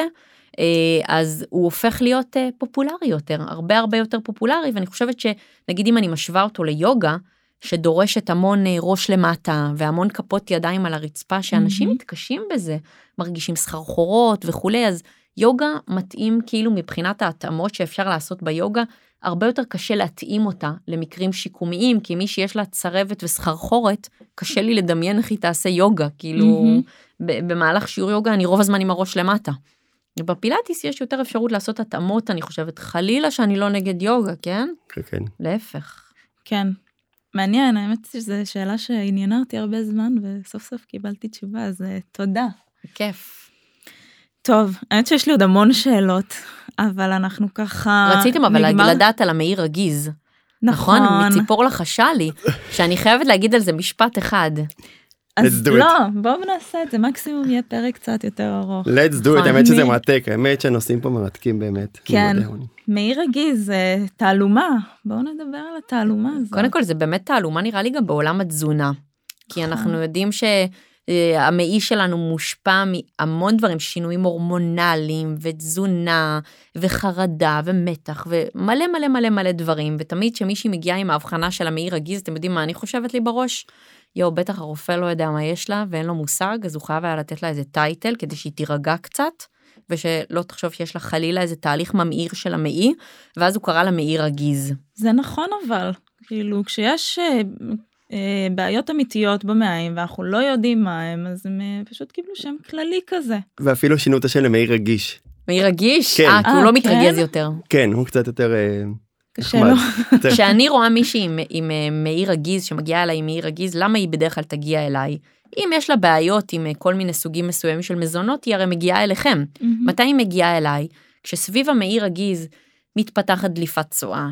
אז הוא הופך להיות פופולרי יותר, הרבה יותר פופולרי, ואני חושבת שנגיד אם אני משווה אותו ליוגה, שדורשת המון ראש למטה, והמון כפות ידיים על הרצפה, שאנשים מתקשים בזה, מרגישים סחרחורות וכולי, אז יוגה מתאים כאילו מבחינת ההתאמות שאפשר לעשות ביוגה, הרבה יותר קשה להתאים אותה למקרים שיקומיים, כי מי שיש לה צרבת וסחרחורת, קשה לי לדמיין איך היא תעשה יוגה, כאילו במהלך שיעור יוגה אני רוב הזמן עם הראש למטה. ובפילאטיס יש יותר אפשרות לעשות התאמות, אני חושבת, חלילה שאני לא נגד יוגה, כן? כן. להפך. כן. מעניין, האמת שזו שאלה שעניינה אותי הרבה זמן, וסוף סוף קיבלתי תשובה, אז תודה. כיף. טוב, האמת שיש לי עוד המון שאלות, אבל אנחנו ככה... רציתם אבל לדעת על המאיר הגיז. נכון, מציפור לחשה לי, שאני חייבת להגיד על זה משפט אחד. אז לא, בואו נעשה את זה, מקסימום יהיה פרק קצת יותר ארוך. let's do it, האמת שזה מרתק, האמת שהנושאים פה מרתקים באמת. כן, מאיר הגיז זה תעלומה, בואו נדבר על התעלומה הזאת. קודם כל זה באמת תעלומה נראה לי גם בעולם התזונה, כי אנחנו יודעים שהמעי שלנו מושפע מהמון דברים, שינויים הורמונליים ותזונה וחרדה ומתח ומלא מלא מלא מלא דברים, ותמיד שמישהי מגיעה עם ההבחנה של המאיר הגיז, אתם יודעים מה אני חושבת לי בראש? בטח הרופא לא יודע מה יש לה ואין לו מושג, אז הוא חייב היה לתת לה איזה טייטל כדי שהיא תירגע קצת, ושלא תחשוב שיש לה חלילה איזה תהליך ממאיר של המעי, ואז הוא קרא לה מאיר הגיז. זה נכון אבל, כאילו כשיש בעיות אמיתיות במעיים, ואנחנו לא יודעים מה הם, אז הם פשוט קיבלו שם כללי כזה. ואפילו שינו את השם למאיר רגיש. מאיר רגיש? כן. כי הוא לא מתרגז יותר. כן, הוא קצת יותר... קשה לו. כשאני רואה מישהי עם מאיר הגיז, שמגיעה אליי עם מאיר הגיז, למה היא בדרך כלל תגיע אליי? אם יש לה בעיות עם כל מיני סוגים מסוימים של מזונות, היא הרי מגיעה אליכם. מתי היא מגיעה אליי? כשסביב המאיר הגיז מתפתחת דליפת צואה,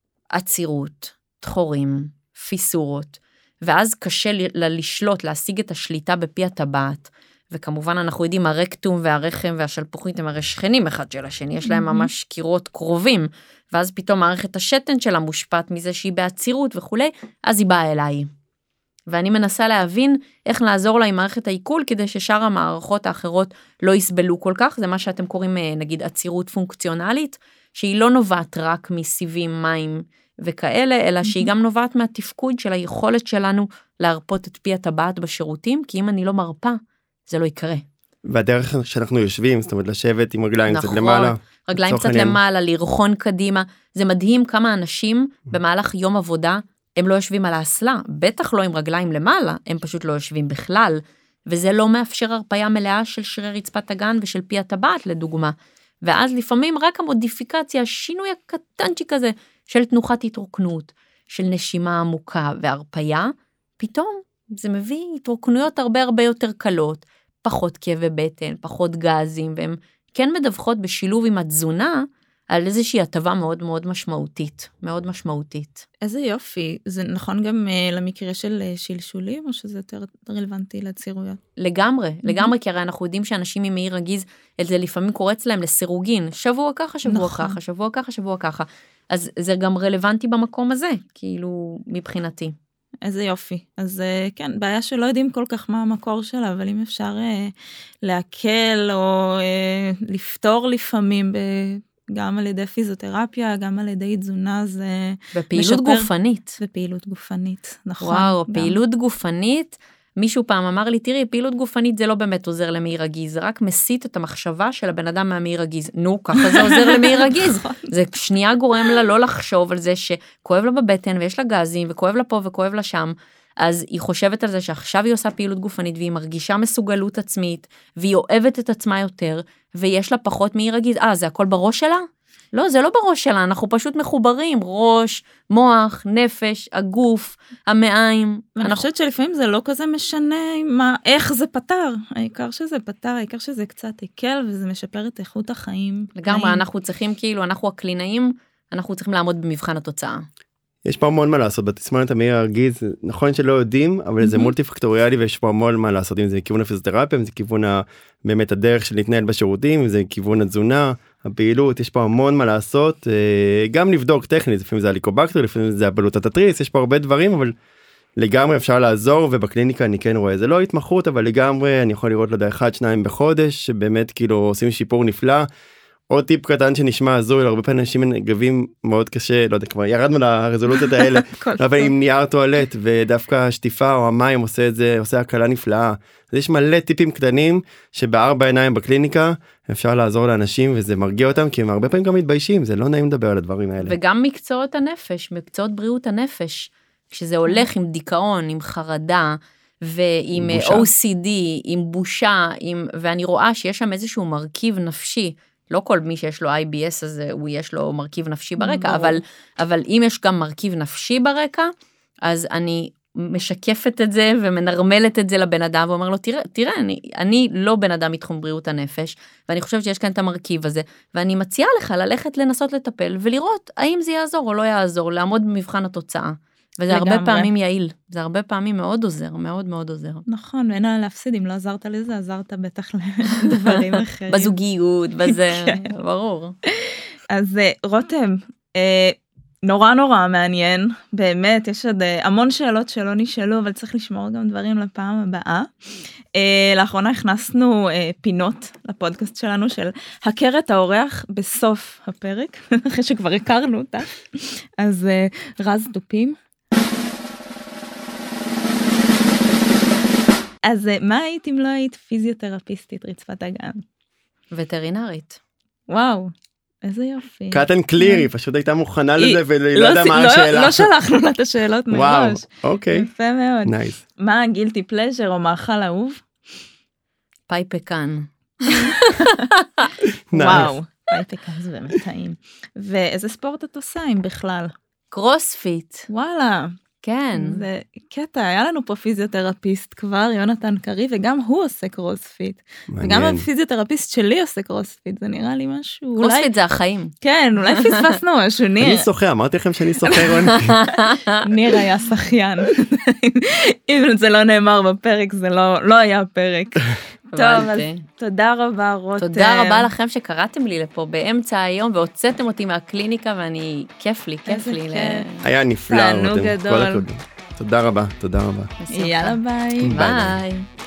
עצירות, תחורים, פיסורות, ואז קשה לה לשלוט, להשיג את השליטה בפי הטבעת, וכמובן אנחנו יודעים, הרקטום והרחם והשלפוחית הם הרי שכנים אחד של השני, יש להם ממש קירות קרובים, ואז פתאום מערכת השתן שלה מושפעת מזה שהיא בעצירות וכולי, אז היא באה אליי. ואני מנסה להבין איך לעזור לה עם מערכת העיכול, כדי ששאר המערכות האחרות לא יסבלו כל כך, זה מה שאתם קוראים נגיד עצירות פונקציונלית, שהיא לא נובעת רק מסיבים, מים וכאלה, אלא שהיא גם נובעת מהתפקוד של היכולת שלנו להרפות את פי הטבעת בשירותים, כי אם אני לא מרפה, זה לא יקרה. והדרך שאנחנו יושבים, זאת אומרת, לשבת עם רגליים קצת למעלה. רגליים קצת למעלה, לרחון קדימה. זה מדהים כמה אנשים במהלך יום עבודה, הם לא יושבים על האסלה, בטח לא עם רגליים למעלה, הם פשוט לא יושבים בכלל, וזה לא מאפשר הרפיה מלאה של שרירי רצפת הגן ושל פי הטבעת, לדוגמה. ואז לפעמים רק המודיפיקציה, השינוי הקטנצ'יק הזה, של תנוחת התרוקנות, של נשימה עמוקה והרפיה, פתאום זה מביא התרוקנויות הרבה יותר קלות, פחות כאבי בטן, פחות גזים, והן כן מדווחות בשילוב עם התזונה, על איזושהי הטבה מאוד מאוד משמעותית, מאוד משמעותית. איזה יופי, זה נכון גם למקרה של שלשולים, או שזה יותר רלוונטי לצירויות? לגמרי, לגמרי, כי הרי אנחנו יודעים שאנשים עם מעי רגיז, זה לפעמים קורץ להם לסירוגין, שבוע ככה, שבוע ככה, שבוע ככה, שבוע ככה. אז זה גם רלוונטי במקום הזה, כאילו, מבחינתי. איזה יופי. אז כן, בעיה שלא יודעים כל כך מה המקור שלה, אבל אם אפשר להקל או לפתור לפעמים גם על ידי פיזיותרפיה, גם על ידי תזונה, זה בפעילות גופנית. בפעילות גופנית, נכון. וואו, פעילות גופנית, מישהו פעם אמר לי, תראי, פעילות גופנית זה לא באמת עוזר למעי רגיז, זה רק מסית את המחשבה של הבן אדם מהמעי רגיז. נו, ככה זה עוזר למעי רגיז. זה שנייה גורם לה לא לחשוב על זה שכואב לה בבטן ויש לה גזים וכואב לה פה וכואב לה שם. אז היא חושבת על זה שעכשיו היא עושה פעילות גופנית והיא מרגישה מסוגלות עצמית והיא אוהבת את עצמה יותר ויש לה פחות מעי רגיז. זה הכל בראש שלה? לא, זה לא בראש שלה, אנחנו פשוט מחוברים, ראש, מוח, נפש, הגוף, המעיים. אני חושבת שלפעמים זה לא כזה משנה איך זה פתר, העיקר שזה פתר, העיקר שזה קצת הקל וזה משפר את איכות החיים. לגמרי, אנחנו צריכים כאילו, אנחנו הקלינאים, אנחנו צריכים לעמוד במבחן התוצאה. יש פה המון מה לעשות, בתסמונת המעי הרגיז, נכון שלא יודעים, אבל זה מולטי פקטוריאלי ויש פה המון מה לעשות, אם זה כיוון הפיזיותרפיה, אם זה כיוון באמת הדרך של להתנהל בשירותים, אם זה כיוון התזונה, הפעילות, יש פה המון מה לעשות, גם לבדוק טכנית, לפעמים זה הליקובקטר, לפעמים זה הבלוטת התריס, יש פה הרבה דברים, אבל לגמרי אפשר לעזור, ובקליניקה אני כן רואה, זה לא התמחות, אבל לגמרי אני יכול לראות לדעת 1-2 בחודש, שבאמת כאילו עושים שיפור נפלא, עוד טיפ קטן שנשמע הזוי, הרבה פעמים אנשים מגבים מאוד קשה, לא יודע, כבר ירדנו לרזולוציות האלה, אבל עם נייר טואלט, ודווקא השטיפה או המים עושה את זה, עושה הקלה נפלאה. אז יש מלא טיפים קטנים, שבארבע עיניים בקליניקה, אפשר לעזור לאנשים, וזה מרגיע אותם, כי הם הרבה פעמים גם מתביישים, זה לא נעים לדבר על הדברים האלה. וגם מקצועות הנפש, מקצועות בריאות הנפש, כשזה הולך עם דיכאון, עם חרדה, ועם OCD, עם בושה, ואני רואה שיש שם איזשהו מרכיב נפשי, לא כל מי שיש לו IBS אז הוא יש לו מרכיב נפשי ברקע, אבל אם יש גם מרכיב נפשי ברקע, אז אני משקפת את זה ומנרמלת את זה לבן אדם, ואומר לו, תראה, אני לא בן אדם מתחום בריאות הנפש, ואני חושבת שיש כאן את המרכיב הזה, ואני מציעה לך ללכת לנסות לטפל, ולראות האם זה יעזור או לא יעזור, לעמוד במבחן התוצאה. וזה הרבה פעמים יעיל, זה הרבה פעמים מאוד עוזר, מאוד מאוד עוזר. נכון, ואין לה להפסיד, אם לא עזרת לזה, עזרת בטח לדברים אחרים. בזוגיות, בזה, ברור. אז רותם, נורא נורא מעניין, באמת, יש עוד המון שאלות שלא נשאלו, אבל צריך לשמור גם דברים לפעם הבאה. לאחרונה הכנסנו פינות לפודקאסט שלנו של הכר את האורח בסוף הפרק, אחרי שכבר הכרנו אותה. אז רז דופים. אז מה היית אם לא היית פיזיותרפיסטית רצפת הגן? וטרינרית. וואו, איזה יופי. קטן קלירי, פשוט הייתה מוכנה לזה ולא יודע מה השאלה. לא שלחנו לה את השאלות מראש. וואו, אוקיי. יפה מאוד. נייס. מה גילטי פלז'ר או מאכל אהוב? פאי פקן. וואו, פאי פקן זה באמת טעים. ואיזה ספורט את עושה אם בכלל? קרוספיט. וואלה. כן. זה קטע, היה לנו פה פיזיותרפיסט כבר, יונתן קרי, וגם הוא עושה קרוספיט. וגם הפיזיותרפיסט שלי עושה קרוספיט, זה נראה לי משהו... קרוספיט זה החיים. כן, אולי פספסנו משהו, ניר. אני שוחה, אמרתי לכם שאני שוחה, רון. ניר היה שחיין. אם זה לא נאמר בפרק, זה לא היה פרק. טוב, אז תודה רבה רותם. תודה רבה לכם שקראתם לי לפה באמצע היום, והוצאתם אותי מהקליניקה, ואני, כיף לי. היה נפלא, רותם. תודה רבה. יאללה ביי. ביי.